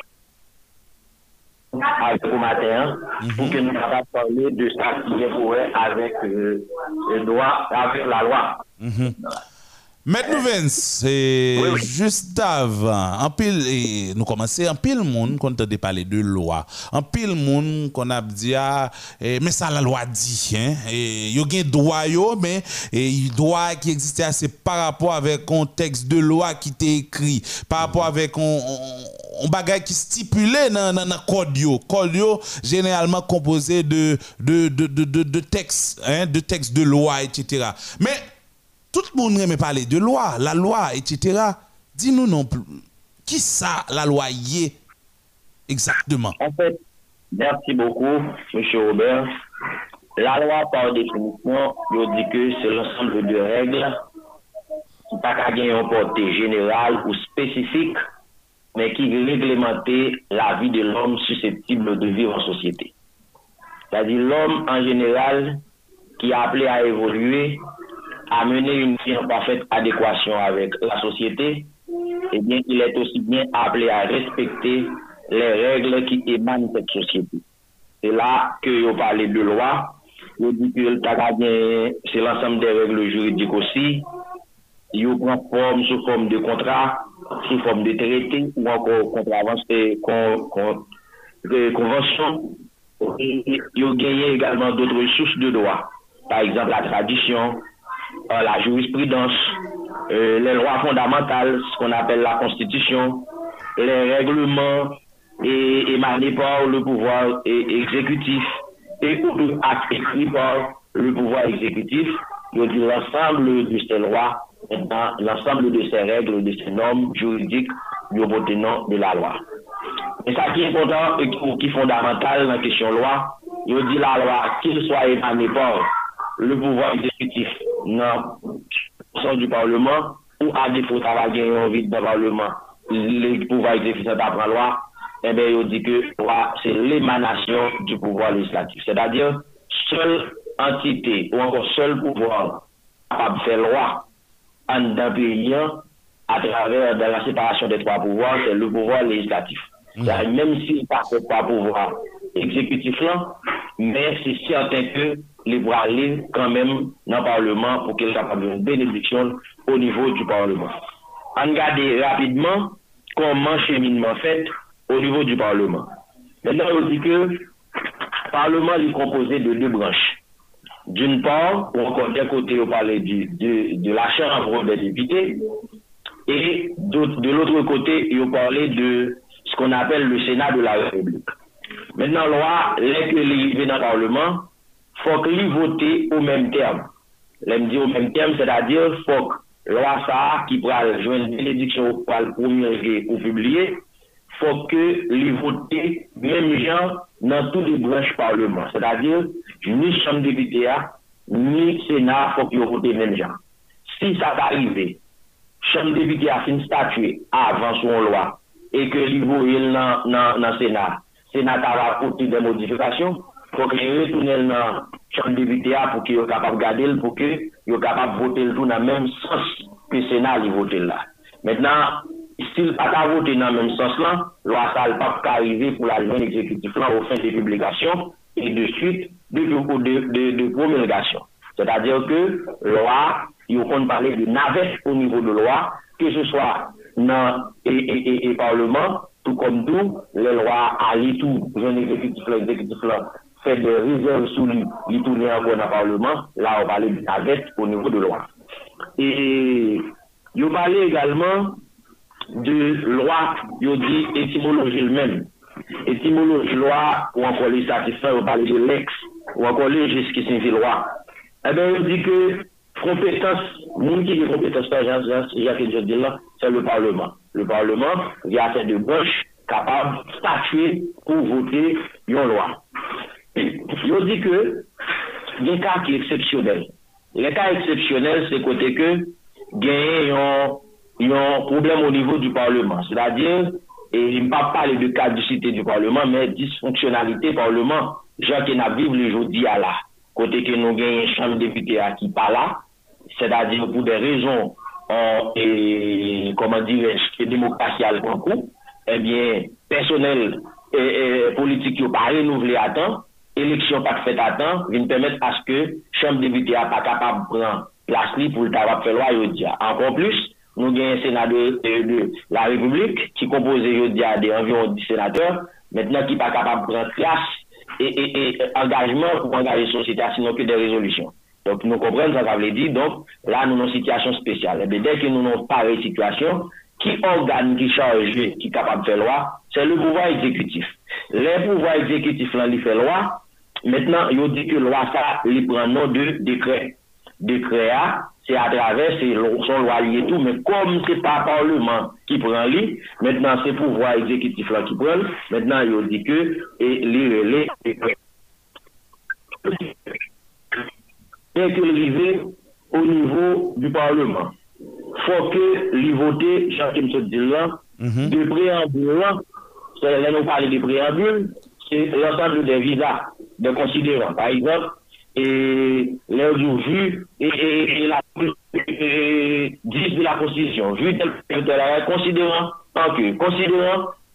au matin, mm-hmm. pour que nous puissions parler de ça qui est pour avec euh, le droit, avec la loi. Mm-hmm. Maître Lovense, c'est oui, oui. juste avant, en pile, et nous commençons, en pile monde quand on parler de loi, en pile monde qu'on a dit, ah, eh, mais ça la loi dit, hein, et il y a un droit, yo, mais il droit qui existait assez par rapport avec un texte de loi qui était écrit, par rapport avec un, un bagage qui stipulé dans le code yo, code yo généralement composé de, de, de, de, de, de textes, hein, de textes de loi, et cetera. Mais tout le monde aime parler de loi, la loi, et cetera. Dis-nous non plus, qui ça la loi y est exactement? En fait, merci beaucoup, M. Robert. La loi, par définition, je dis que c'est l'ensemble de règles qui n'a pas gagner une portée générale ou spécifique, mais qui réglemente la vie de l'homme susceptible de vivre en société. C'est-à-dire l'homme en général qui est appelé à évoluer, à mener une vie en parfaite adéquation avec la société, eh bien, il est aussi bien appelé à respecter les règles qui émanent de cette société. C'est là que vous parlez de loi. Vous dites que c'est l'ensemble des règles juridiques aussi. Vous prend forme sous forme de contrat, sous forme de traité ou encore contravention, con, con, de convention. Vous gagnez également d'autres sources de droit. Par exemple, la tradition, euh, la jurisprudence, euh, les lois fondamentales, ce qu'on appelle la constitution, les règlements et émanés par le pouvoir et, exécutif et ou actes écrits par le pouvoir exécutif. Je dis l'ensemble de ces lois, maintenant l'ensemble de ces règles, de ces normes juridiques, du nom de la loi. Et ça qui est important et qui est fondamental dans la question loi, je dis la loi, qu'il soit émané par le pouvoir exécutif, non, au sein du Parlement, ou à défaut travailler en vide dans le Parlement, le pouvoir exécutif apprend loi, eh bien, il dit que loi, c'est l'émanation du pouvoir législatif. C'est-à-dire, seule entité ou encore seul pouvoir capable de faire loi en d'un pays à travers de la séparation des trois pouvoirs, c'est le pouvoir législatif. Mmh. Même s'il ne passe pas pouvoir exécutif là, mais c'est certain que les pourra aller quand même dans le Parlement pour qu'il soit capable de bénédiction au niveau du Parlement. On regarde rapidement comment cheminement fait au niveau du Parlement. Maintenant, on dit que le Parlement est composé de deux branches. D'une part, ou encore d'un côté, on parlait du, de, de la Chambre des députés, et de l'autre côté, on parlait de ce qu'on appelle le Sénat de la République. Maintenant, loi, les que les dans le Parlement, il faut que les voter au même terme. Les me dit au même terme, c'est-à-dire, il faut que loi ça, qui pourra jouer une bénédiction pour le promulguer ou publier, il faut que les voter même gens dans tous les branches Parlement. C'est-à-dire, ni Chambre des députés, ni Sénat, il faut qu'ils votent même gens. Si ça va arriver, Chambre des députés a fait une statue avant son loi, et que les votent dans le Sénat, Sénat va apporter des modifications, il faut qu'ils retournent dans la Chambre des députés pour qu'ils soient capables de garder, pour qu'ils soient capables de voter le tout dans le même sens que le Sénat a voté là. Maintenant, s'il n'a pas voté dans le même sens là, loi ça ne peut pas arriver pour la loi exécutive là au fin des publications et de suite de, de, de, de promulgation. C'est-à-dire que loi, il faut parler de navette au niveau de loi, que ce soit dans et, et, et, et Parlement, tout comme tout, les lois allient tout, jeune exécutif là, exécutif là, fait des réserves sous lui, il tourne encore dans le Parlement, là on parlait de navette au niveau de loi. Et il parlait également de loi, il dit étymologie elle-même. Étymologie loi, ou encore les satisfaits, on parle de l'ex, ou encore les gestes qui signifient loi. Eh bien, il dit que compétence, monde qui a compétence, c'est le Parlement. Le Parlement, il y a fait de branches capables de statuer pour voter une loi. Il dit que il y a des cas qui sont exceptionnels. Les cas exceptionnels, c'est côté que il y a il y a un problème au niveau du Parlement. C'est-à-dire, et il ne pas parler de caducité du Parlement, mais dysfonctionnalité du Parlement. Gens qui n'a vivre le jour d'hier là. Côté que nous avons une chambre de députés qui pas là. C'est-à-dire pour des raisons, euh, et, comment dirais-je, démocratie à le coup, eh bien, personnel et, et politique qui n'a pas renouvelé à temps, élection pas faite à temps, vient permettre à ce que chambre de députés n'est pas capable de prendre place pour le travail faire loi. Encore plus, nous avons un Sénat de, de, de la République qui compose d'environ dix sénateurs, maintenant qui n'est pas capable de prendre place et, et, et engagement pour engager la société, sinon que des résolutions. Donc nous comprenons ce que ça veut dire. Donc là, nous avons une situation spéciale. Et bien, dès que nous n'avons pas de situation, qui organe, qui charge, qui est capable de faire loi, c'est le pouvoir exécutif. Les pouvoirs exécutifs, là, ils font loi. Maintenant, ils dit que loi, ça, ils prend nom de décret. Décret, c'est à travers son loi lié et tout, mais comme c'est pas le Parlement qui prend lui, maintenant c'est le pouvoir exécutif là qui prend, maintenant il dit que et les relais inclusif au niveau du Parlement. Faut que les voter, chacun me dit là, de préambule là, c'est là nous parler de préambule, c'est l'ensemble des visas, de considérants. Par exemple, et les vu et, et, et la et, dix de la Constitution, vu tel que tel considérant, ok, considérant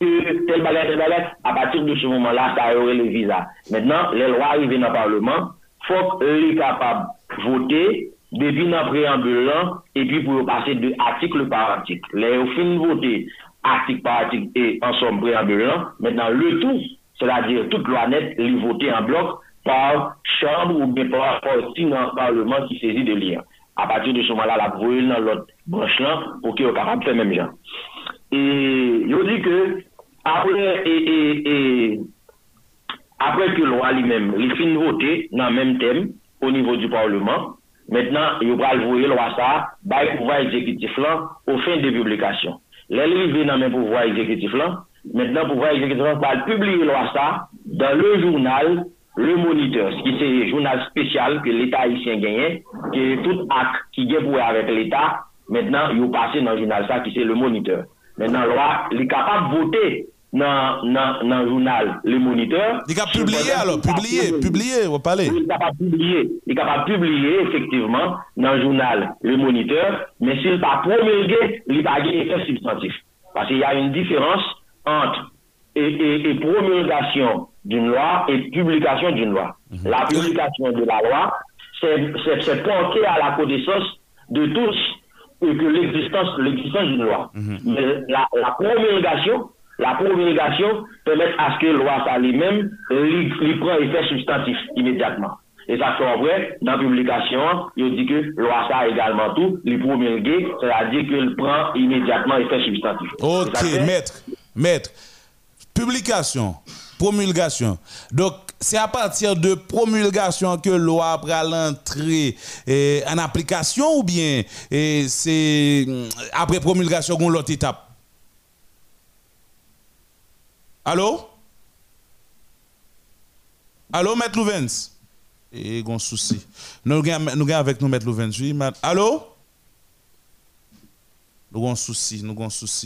que tel bagage, tel bagage, à partir de ce moment-là, ça aurait le visa. Maintenant, les lois arrivent dans le Parlement, il faut qu'ils soient capables de voter depuis dans le préambule et puis pour passer de article par article. Les au fin de voter article par article et en somme préambule, maintenant le tout, c'est-à-dire toute loi nette, les voter en bloc par chambre ou bien par parti dans le Parlement qui saisit de lien. À partir de ce moment-là, la voyer dans l'autre branche là pour qu'ils soient capables de faire même genre. Et je dis que après et, et, et après que la loi lui-même, les fins de voter dans le même thème au niveau du Parlement, maintenant, il va le voir loi ça, bah, le pouvoir exécutif là, au fin de publication. L'arrivée dans le pouvoir exécutif là, maintenant, le pouvoir exécutif là va publier loi ça dans le journal Le Moniteur, ce qui c'est un journal spécial que l'État haïtien gagne, qui est tout acte qui est pour avec l'État, maintenant, il va passer dans le journal ça qui c'est Le Moniteur. Maintenant, loi, il est capable de voter dans le journal Le Moniteur. Il est capable de publier alors, publier, publier, on va parler. Il est capable de publier, il est capable de publier effectivement dans le journal Le Moniteur, mais s'il n'est pas promulgué, il n'a pas effet substantif. Parce qu'il y a une différence entre et, et, et promulgation d'une loi et publication d'une loi. Mm-hmm. La publication de la loi, c'est porter à la connaissance de tous que l'existence l'existence d'une loi. Mm-hmm. Mais la, la promulgation, la promulgation permet à ce que la loi ça lui-même lui prend effet substantif immédiatement. Et ça c'est vrai, dans la publication, il dit que la loi ça également tout, lui promulguer, c'est-à-dire qu'il prend immédiatement effet substantif. Ok, maître, maître, publication, promulgation. Donc, c'est à partir de promulgation que la loi va l'entrer eh, en application ou bien eh, c'est après promulgation qu'on l'autre étape? Allô? Allô, Maître Louvens? Et gon souci. Nous avons avec nous Maître Louvens. Oui, Maître. Allô? Nous avons souci, nous avons souci.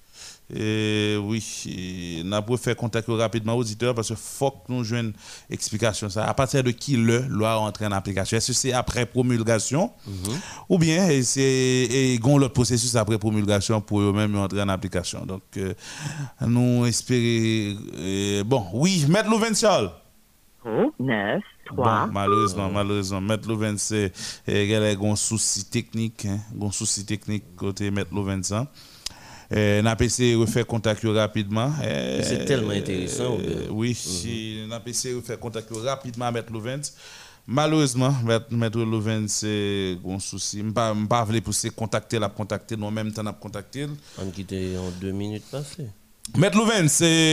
Et oui, nous avons fait contact rapidement auditeur parce qu'il faut que nous jouions une explication. Ça. À partir de qui le loi entre en application? Est-ce que c'est après promulgation mm-hmm. ou bien c'est l'autre processus après promulgation pour eux-mêmes entrer en application? Donc, euh, nous espérons. Euh, bon, oui, Maître Louvencial. Oh, neuf, trois. Bon, malheureusement, oh. malheureusement, Maître Louvens, c'est il y a un souci technique, un hein, souci technique côté Maître Louvens. Euh, n'a pas essayé de faire contact rapidement. Euh, c'est tellement intéressant. Euh, oui, mm-hmm. n'a pas essayé de faire contact rapidement avec Louvens. Malheureusement, Maître Louvens, c'est un souci. Je ne peux pas pousser contacter, la contacter, nous en même temps, contacter. On quitte en deux minutes passées. Maître Louvens,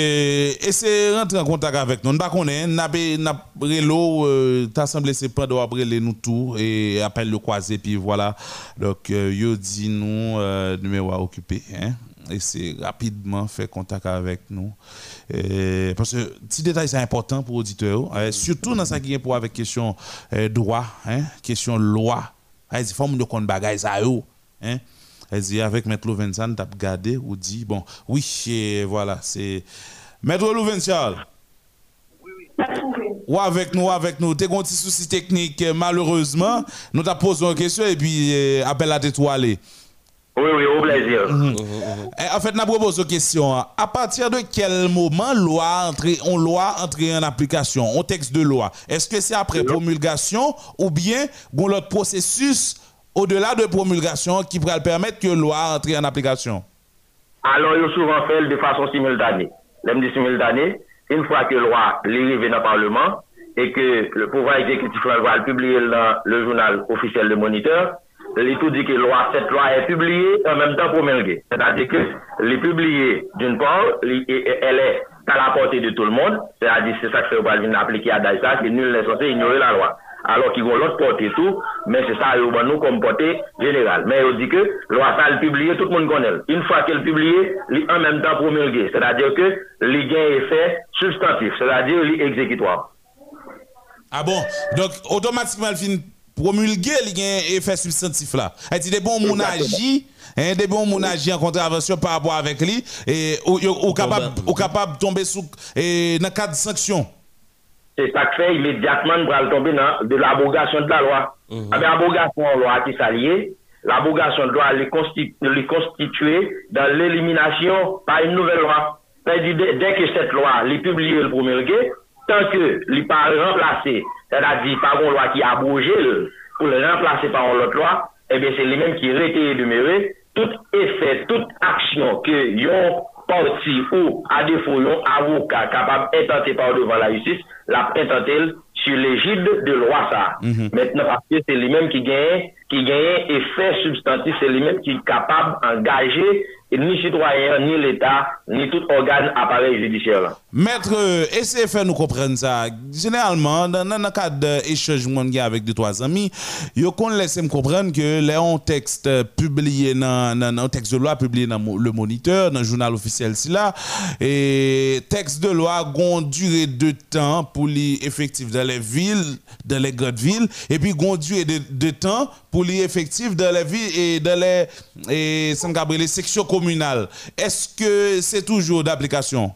essayez de rentrer en contact avec nous. Nous ne connaissons pas, nous t'as semblé c'est pas de brûler nous tout et appelle le croisé puis voilà. Donc yo dit nous euh, numéro à occuper hein. Et c'est rapidement faire contact avec nous. Et, parce que petit détail c'est important pour auditeurs, euh, surtout dans ça qui est pour avec question euh, droit hein, question loi. Il faut nous connaître bagaille ça yo hein. Elle dit avec Maître Louvensan, tu as regardé ou dit, bon, oui, et voilà, c'est. Maître Louvensan. Oui, oui. Ou avec nous, avec nous. Tu as un petit souci technique, malheureusement. Nous t'as posé une question et puis euh, appelle à t'étoiler. Oui, oui, au plaisir. Mm -hmm. En fait, nous proposons une question. À partir de quel moment loi entrer, on loi entrer en application, on texte de loi? Est-ce que c'est après promulgation ou bien bon, l'autre processus? Au-delà de promulgation qui pourrait permettre que la loi entre en application? Alors, il y a souvent fait de façon simultanée. Même de simultanée, une fois que la loi arrive dans le Parlement et que le pouvoir exécutif va le publier dans le journal officiel de Moniteur, il tout dit que loi, cette loi est publiée en même temps promulguée. C'est-à-dire que les publiée d'une part, elle est à la portée de tout le monde. C'est-à-dire que c'est ça que c'est va venir appliquer à Daïsa, que nul n'est censé ignorer la loi. Alors qu'ils vont l'autre portée tout, mais c'est ça, ils vont nous comme portée générale. Mais on dit que la loi ça le publié, tout le monde connaît. Une fois qu'elle est publiée, elle en même temps promulguée. C'est-à-dire que les gains effet substantif, c'est-à-dire les exécutoire. Ah bon? Donc, automatiquement, elle finit promulguer les gains effet substantif là. Elle dit des bons mon agit, hein, des bons mon agit en contravention par rapport avec lui, et ou capable ou capable de tomber sous et dans cadre de sanction. C'est ça que fait immédiatement nous allons tomber dans de l'abrogation de la loi. Mm-hmm. Avec l'abrogation de la loi qui s'allie, l'abrogation de la loi est constituée dans l'élimination par une nouvelle loi. C'est-à-dire, dès que cette loi est publiée le promulguée, tant que n'est pas remplacé, c'est-à-dire par une loi qui a abrogé pour le remplacer par une autre loi, eh bien c'est les mêmes qui restaient demeurés, tout effet, toute action que yon parti ou à défaut yon avocat capable d'intenter par devant la justice, la intenter sur l'égide de loi ça. Mm-hmm. Maintenant parce que c'est les mêmes qui gagnent qui gagnent effet substantif, c'est les mêmes qui sont capables d'engager ni citoyen, ni l'État, ni tout organe appareil judiciaire. Maître, essayez de faire nous comprendre ça. Généralement, dans le cadre d'échange avec deux, trois amis, vous laissez me comprendre que les un texte publié dans un texte de loi publié dans le Moniteur, dans le journal officiel, là, et texte de loi a une durée de temps pour les effectifs dans les villes, dans les grandes villes, et puis une durée de, de temps pour les effectifs dans les villes et dans les, et, sans les sections communales. Est-ce que c'est toujours d'application?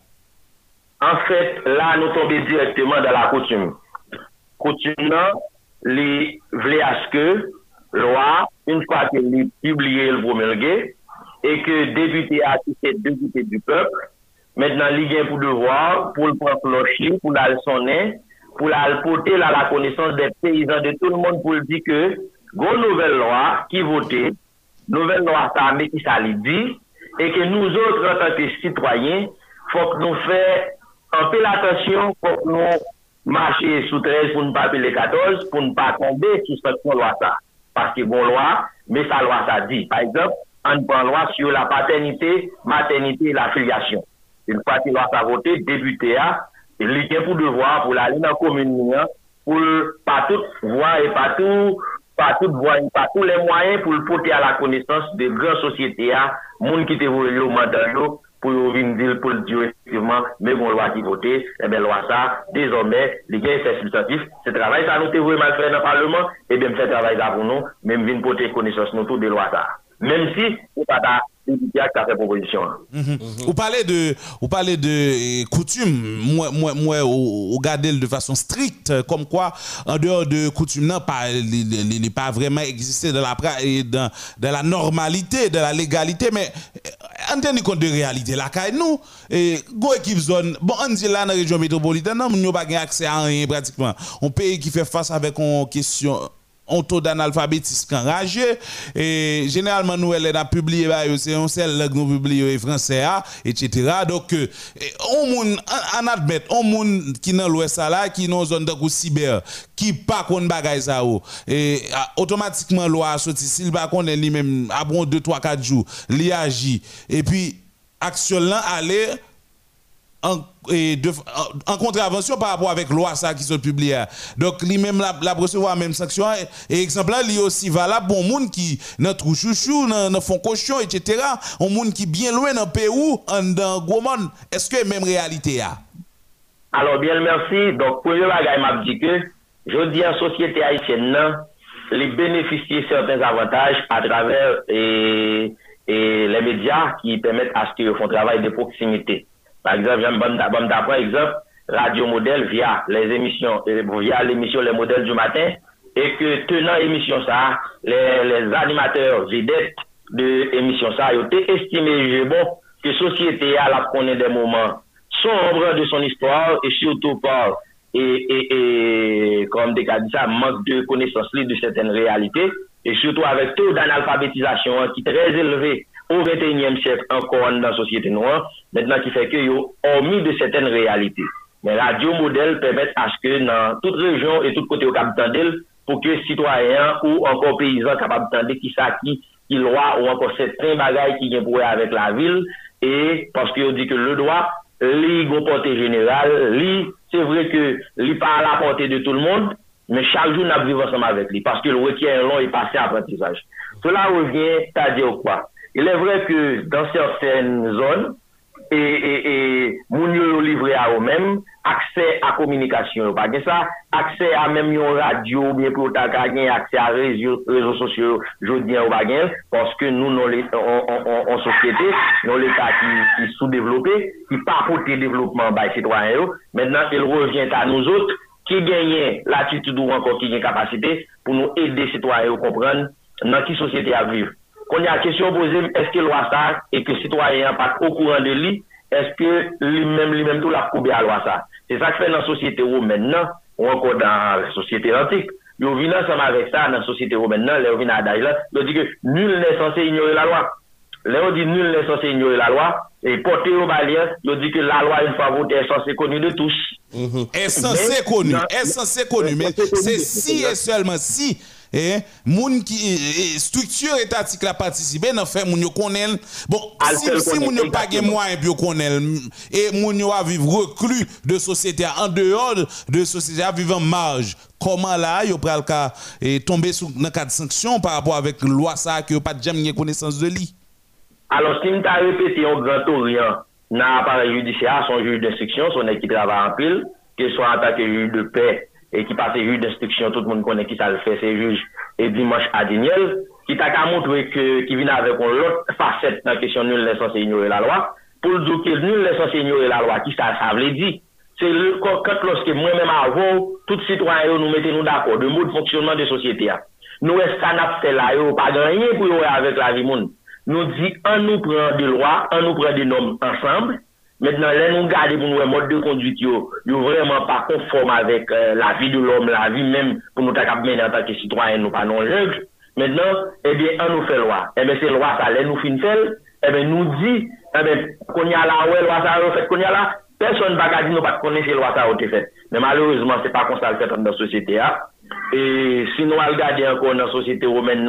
En fait, là, nous tombons directement dans la coutume. Coutume, là, les voulait à ce que loi, une fois qu'elle est publiée, le promulgué, et que député a été député du peuple, maintenant, il y a pour devoir, pour le prendre clocher, pour la sonner, pour la porter à la connaissance des paysans, de tout le monde, pour le dire que, une nouvelle loi qui votait, nouvelle loi ça mais qui ça lui dit, et que nous autres, en tant que citoyens, faut que nous fassions un peu l'attention, faut que nous marchions sous treize pour ne pas appeler quatorze, pour ne pas tomber sous cette loi ça. Parce que bon loi, mais sa loi ça dit. Par exemple, on prend loi sur la paternité, maternité et la filiation. Une fois que la loi ça voté, député a, il y a pour devoir, pour aller dans la commune, pour pas toute voix et pas tout, pas toute voix, pas tous les moyens pour le porter à la connaissance de grandes sociétés, monde qui te voulu au mandat, pour venir dire, pour le dire effectivement, mais bon loi qui voté, eh bien loi ça, désormais, les gains effets substantifs, ce travail ça nous te voulu mal faire dans le Parlement, et bien fait travail ça pour nous, même venir porter connaissance nous tout de loi ça. Même si, c'est pas ta qui a fait proposition. Mm-hmm. Mm-hmm. Vous parlez de, vous parlez de coutume, moi, moi, moi, au garder de façon stricte, comme quoi, en dehors de coutume, non, pas, il n'est pas vraiment existé dans la, dans, dans la normalité, dans la légalité, mais en tenant compte de réalité, là, nous, et, go équipe zone, bon, on dit là, dans la région métropolitaine, nous n'avons pas accès à rien pratiquement. Un pays qui fait face avec une question, un taux d'analphabétisme enragé, et généralement nous elle a publié c'est un seul langue nous publié français et cetera. Donc on moun en admettre on moun qui dans l'ouest là qui dans zone de cyber qui pas kon bagay ça et automatiquement loi sorti s'il pas connaît lui même après deux trois quatre jours li agit et puis action là aller en, et de, en contravention par rapport avec loi ça qui sont publiés. Donc lui-même la, la recevoir même sanction et, et exemple là lui aussi valable pour monde qui notre chouchou dans font cochon et cetera. Un monde qui bien loin dans pays en dans gros monde. Est-ce que même réalité a? Alors bien merci. Donc pour le bagage m'a dit que je dis en société haïtienne non, les bénéficier certains avantages à travers et, et les médias qui permettent à ce qu'ils font travail de proximité. Par exemple, j'aime par exemple, Radio Modèle via les émissions, via l'émission Les Modèles du matin, et que tenant émission ça, les, les animateurs vedettes de émission ça, ils ont estimé bon que société a la connaît des moments sombres de son histoire et surtout par et, et, et comme des cas dit ça, manque de connaissance de certaines réalités et surtout avec taux d'analphabétisation qui est très élevé au vingt et unième siècle encore dans la société noire, maintenant qui fait que yo hormis de certaines réalités. Mais Radio Modèle permet à ce que dans toute région et tout côté au cap d'Andel, pour que citoyens ou encore paysans capables d'entendre qui ça qui qui loi ou encore certains bagages qui viennent pour avec la ville et parce qu'on dit que le droit li gon portée générale, li c'est vrai que li pas à la portée de tout le monde, mais chaque jour nous vivons ensemble avec lui parce que le requiert un long et passé apprentissage. Cela revient à dire quoi? Il est vrai que dans certaines zones, et, et, et, moun yo livré à eux-mêmes, accès à communication, pas que ça, accès à même une radio, bien pour ta gagner accès à réseaux, réseaux sociaux, je dis au bagage, parce que nous, nous, en société, nous, l'État qui, qui sous-développé, qui pas pour le développement, bah, citoyens, maintenant, il revient à nous autres, qui gagnent l'attitude ou encore qui gagnent capacité, pour nous aider citoyens à comprendre dans quelle société à vivre. Quand il y a une question posée, est-ce que loi ça et que les citoyens pas au courant de lui est-ce que lui-même, lui-même, tout la coupé à loi ça? C'est ça que fait dans la société romaine, ou encore dans la société antique. Ils viennent ensemble avec ça dans la société romaine, ils viennent à Daïla, ils disent que nul n'est censé ignorer la loi. Là, on dit nul n'est censé ignorer la loi, et porter au balien, ils disent que la loi, une fois votée, est censée connue de tous. Mm-hmm. Est censée connue, est censée connue, mais c'est si et seulement si. Eh, moun qui eh, structure étatique la participer dans fait moun yo connaît bon si si moun yo pas gen moyen puis connaît et moun yo a vivre reclus de société en dehors de société à vivre en marge comment là yo pral ka eh, tomber sous dans cadre sanction par rapport avec loi ça que pas jamais connaissance de lui. Alors si nous t'a répété un grand orient dans l'appareil judiciaire son juge d'instruction son équipe travaille en pile que soit en tant que juge de paix et qui passe juge d'instruction, tout le monde connaît qui ça le fait, c'est juge et Dimanche Adiniel, qui t'a qu'à montrer que, qui vient avec une autre facette dans la question nul n'est censé ignorer la loi, pour dire que nul n'est censé ignorer la loi, qui ça, ça veut dire, c'est le, quand, lorsque moi-même avant, tout citoyen nous mettons nous d'accord, de mode fonctionnement de société, nous, est-ce qu'on a fait là, pas rien pour y avec la vie monde. Nous dit, on nous prend des lois, on nous prend des normes ensemble. Maintenant, là, nous gardons pour nous un mode de conduite, yo, yo vraiment pas conforme avec euh, la vie de l'homme, la vie même, pour nous mener en tant que citoyen, nous pas non juge. Maintenant, eh bien, on nous fait loi. Eh bien, c'est loi, ça, là, nous fin fait, eh bien, nous dit, eh bien, qu'on y a là, ouais, loi, ça, fait qu'on y a là, personne va dire, nous pas connaître ces lois, ça, ont été fait. Mais malheureusement, c'est pas comme ça le fait dans la société, hein. Et si nous regardons encore dans la société romaine,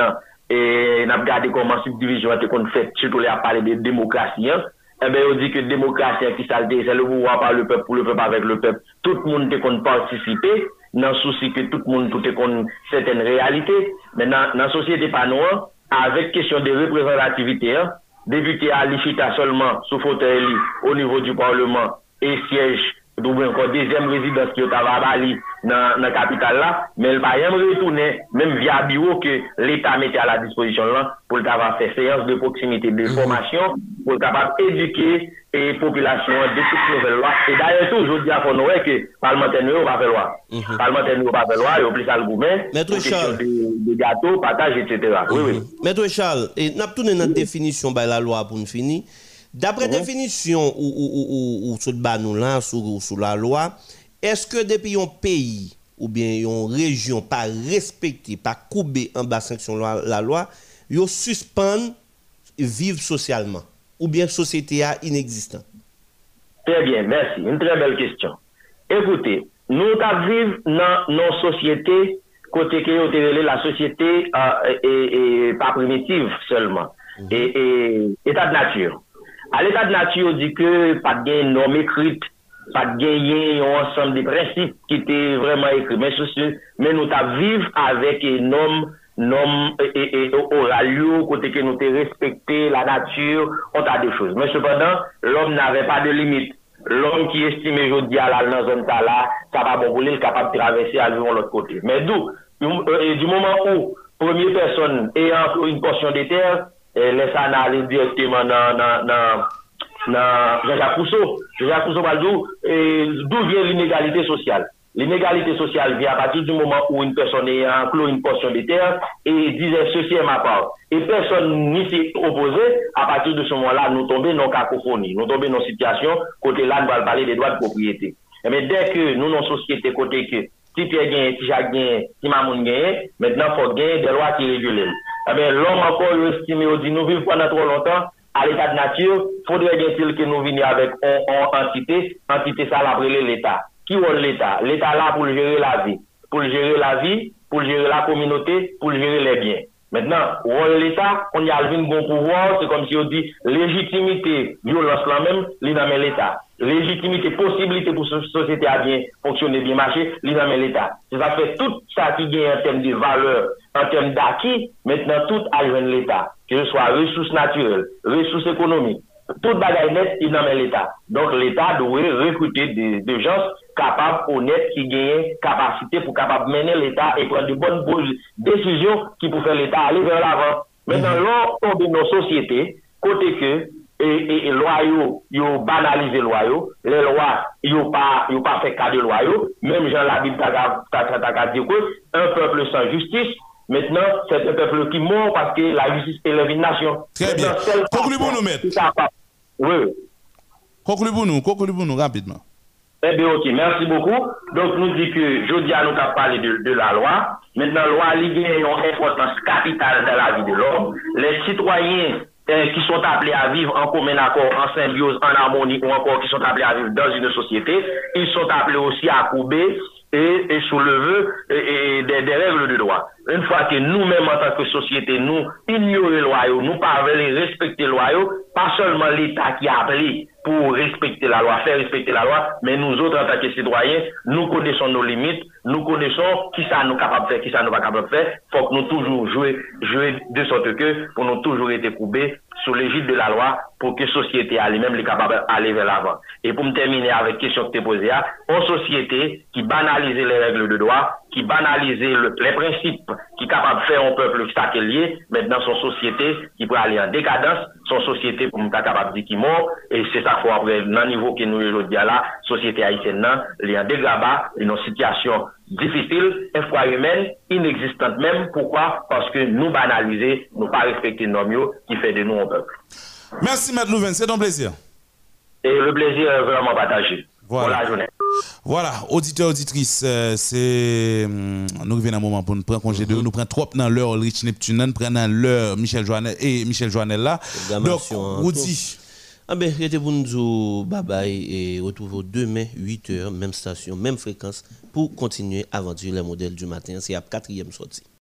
et nous regardons comment cette subdivision a été faite, surtout là, à parler de démocratie, hein. Eh bien, on dit que démocratie qui s'alté, c'est le pouvoir par le peuple, pour le peuple avec le peuple. Tout le monde peut participer, dans le souci que tout le monde peut connaître certaines réalités. Mais dans la société pas noire, avec question de représentativité, hein, député à l'Ichita seulement, sous fauteuil, au niveau du Parlement, et siège, double encore deuxième résidence qui est à Bali, dans la capitale là, mais elle va rien retourner, même via bureau que l'État mettait à la disposition là, pour le faire faire séance de proximité, de formation, pour le capable d'éduquer les populations de toutes nouvelles lois. Et d'ailleurs, toujours, je dis à Fonoé que parlementaire ne va pas faire loi. Parlementaire ne va pas faire loi, il y a plus à le gouvernement, Maître Charles. De gâteaux, partage, et cetera. Oui, oui. Maître Charles, et nous avons tourné notre définition de la loi pour nous finir. D'après la définition ou, ou, ou, ou, sous nous là, sous, sous la loi, est-ce que depuis un pays ou bien une région pas respecté, pas coupé en bas sanction la, la loi, ils suspendent vivre socialement ou bien société a inexistant? Très bien, merci. Une très belle question. Écoutez, nous vivons dans nos sociétés côté que la société euh, est, est pas primitive seulement, mm-hmm. et, et état de nature. À l'état de nature, on dit que pas de gain norme écrite, pas de gagner un ensemble de principes qui étaient vraiment écrits. Mais, mais nous vivons avec des normes, normes et, et, orales, côté que nous avons respecté la nature, on a des choses. Mais cependant, l'homme n'avait pas de limite. L'homme qui estime aujourd'hui à la dans zone là, ça va bon il est capable de traverser à l'autre côté. Mais d'où, du moment où première personne ayant une portion de terre, laisse aller directement dans dans dans dans Jean-Jacques Rousseau. Jean-Jacques Rousseau va dire d'où vient l'inégalité sociale. L'inégalité sociale vient à partir du moment où une personne a enclos une portion de terre et disait ceci est ma part. Et personne n'y s'est opposé. À partir de ce moment-là, nous tombons dans cacophonie, nous tombons dans situation côté là, nous allons parler des droits de propriété. Mais dès que nous, dans la société, côté que si Pierre gagne, si Jacques gagne, si Mamoun gagne, maintenant, il faut gagner des lois qui régulent. Eh bien, l'homme encore estimé, on dit, nous vivons pendant trop longtemps, à l'état de nature, faudrait bien que nous venions avec une entité, entité ça l'appelle l'État. Qui est l'État? L'État là pour gérer la vie, pour gérer la vie, pour gérer la communauté, pour gérer les biens. Maintenant, rôle l'État, on y a un bon pouvoir, c'est comme si on dit légitimité, violence là même, l'inamène l'État. Légitimité, possibilité pour cette société à bien fonctionner, bien marcher, l'inamène l'État. Ça fait tout ça qui gagne en termes de valeur, en termes d'acquis, maintenant tout a joué l'État. Que ce soit ressources naturelles, ressources économiques, toute bagaille nette, il n'en met l'État. Donc l'État doit recruter des, des gens capables, honnêtes, qui gagnent capacité pour capable mener l'État et prendre de bonnes décisions qui pour faire l'État aller vers l'avant. Maintenant, là, on de nos sociétés, côté que et, et, et loi yo, yo banalisé loi yo, les lois yo pas yo pas fait cas de loi yo, même Jean la Bible t'a dit que un peuple sans justice. Maintenant, c'est un peuple qui mord parce que la justice élève une nation. Très bien. Concluez pour nous mettre. Oui. Conclue pour nous, conclue pour nous rapidement. Eh bien, ok, merci beaucoup. Donc, nous dit que jeudi, nous avons parlé de, de la loi. Maintenant, la loi a une importance capitale dans la vie de l'homme. Les citoyens euh, qui sont appelés à vivre en commun accord, en symbiose, en harmonie, ou encore qui sont appelés à vivre dans une société, ils sont appelés aussi à couper et, et soulever et, et des, des règles de droit. Une fois que nous-mêmes, en tant que société, nous ignorons les lois, nous parvenons à respecter les lois, pas seulement l'État qui a appelé pour respecter la loi, faire respecter la loi, mais nous autres, en tant que citoyens, nous connaissons nos limites, nous connaissons qui ça nous capable de faire, qui ça nous pas capable de faire. Faut que nous toujours jouer, jouer de sorte que, pour nous toujours être courbés sous l'égide de la loi, pour que la société elle-même est capable d'aller vers l'avant. Et pour me terminer avec la question que tu as posée, une société qui banalise les règles de droit, qui banalise le, les principes, qui est capable de faire un peuple qui est lié, maintenant son société qui peut aller en décadence, son société pour me capable de dire qui mort, et c'est ça faut après, dans le niveau que nous aujourd'hui là, société haïtienne, elle est en dégât, une situation difficile, une fois humaine, inexistante même. Pourquoi? Parce que nous banalisons, nous pas respecter nos normes qui fait de nous un peuple. Merci, M. Louvain, c'est un plaisir. Et le plaisir est vraiment partagé. Voilà. Bonne journée. Voilà, auditeurs, auditrices, euh, c'est. Hum, nous revenons un moment pour nous prendre congé de nous. Nous prenons trop dans l'heure Rich Neptune, nous prenons l'heure Michel Joannel et Michel Joannel là. Donc, vous dit. Ah ben, c'était pour nous dire bye bye et retrouvons demain, huit heures, même station, même fréquence, pour continuer à aventurer les modèles du matin. C'est la quatrième sortie.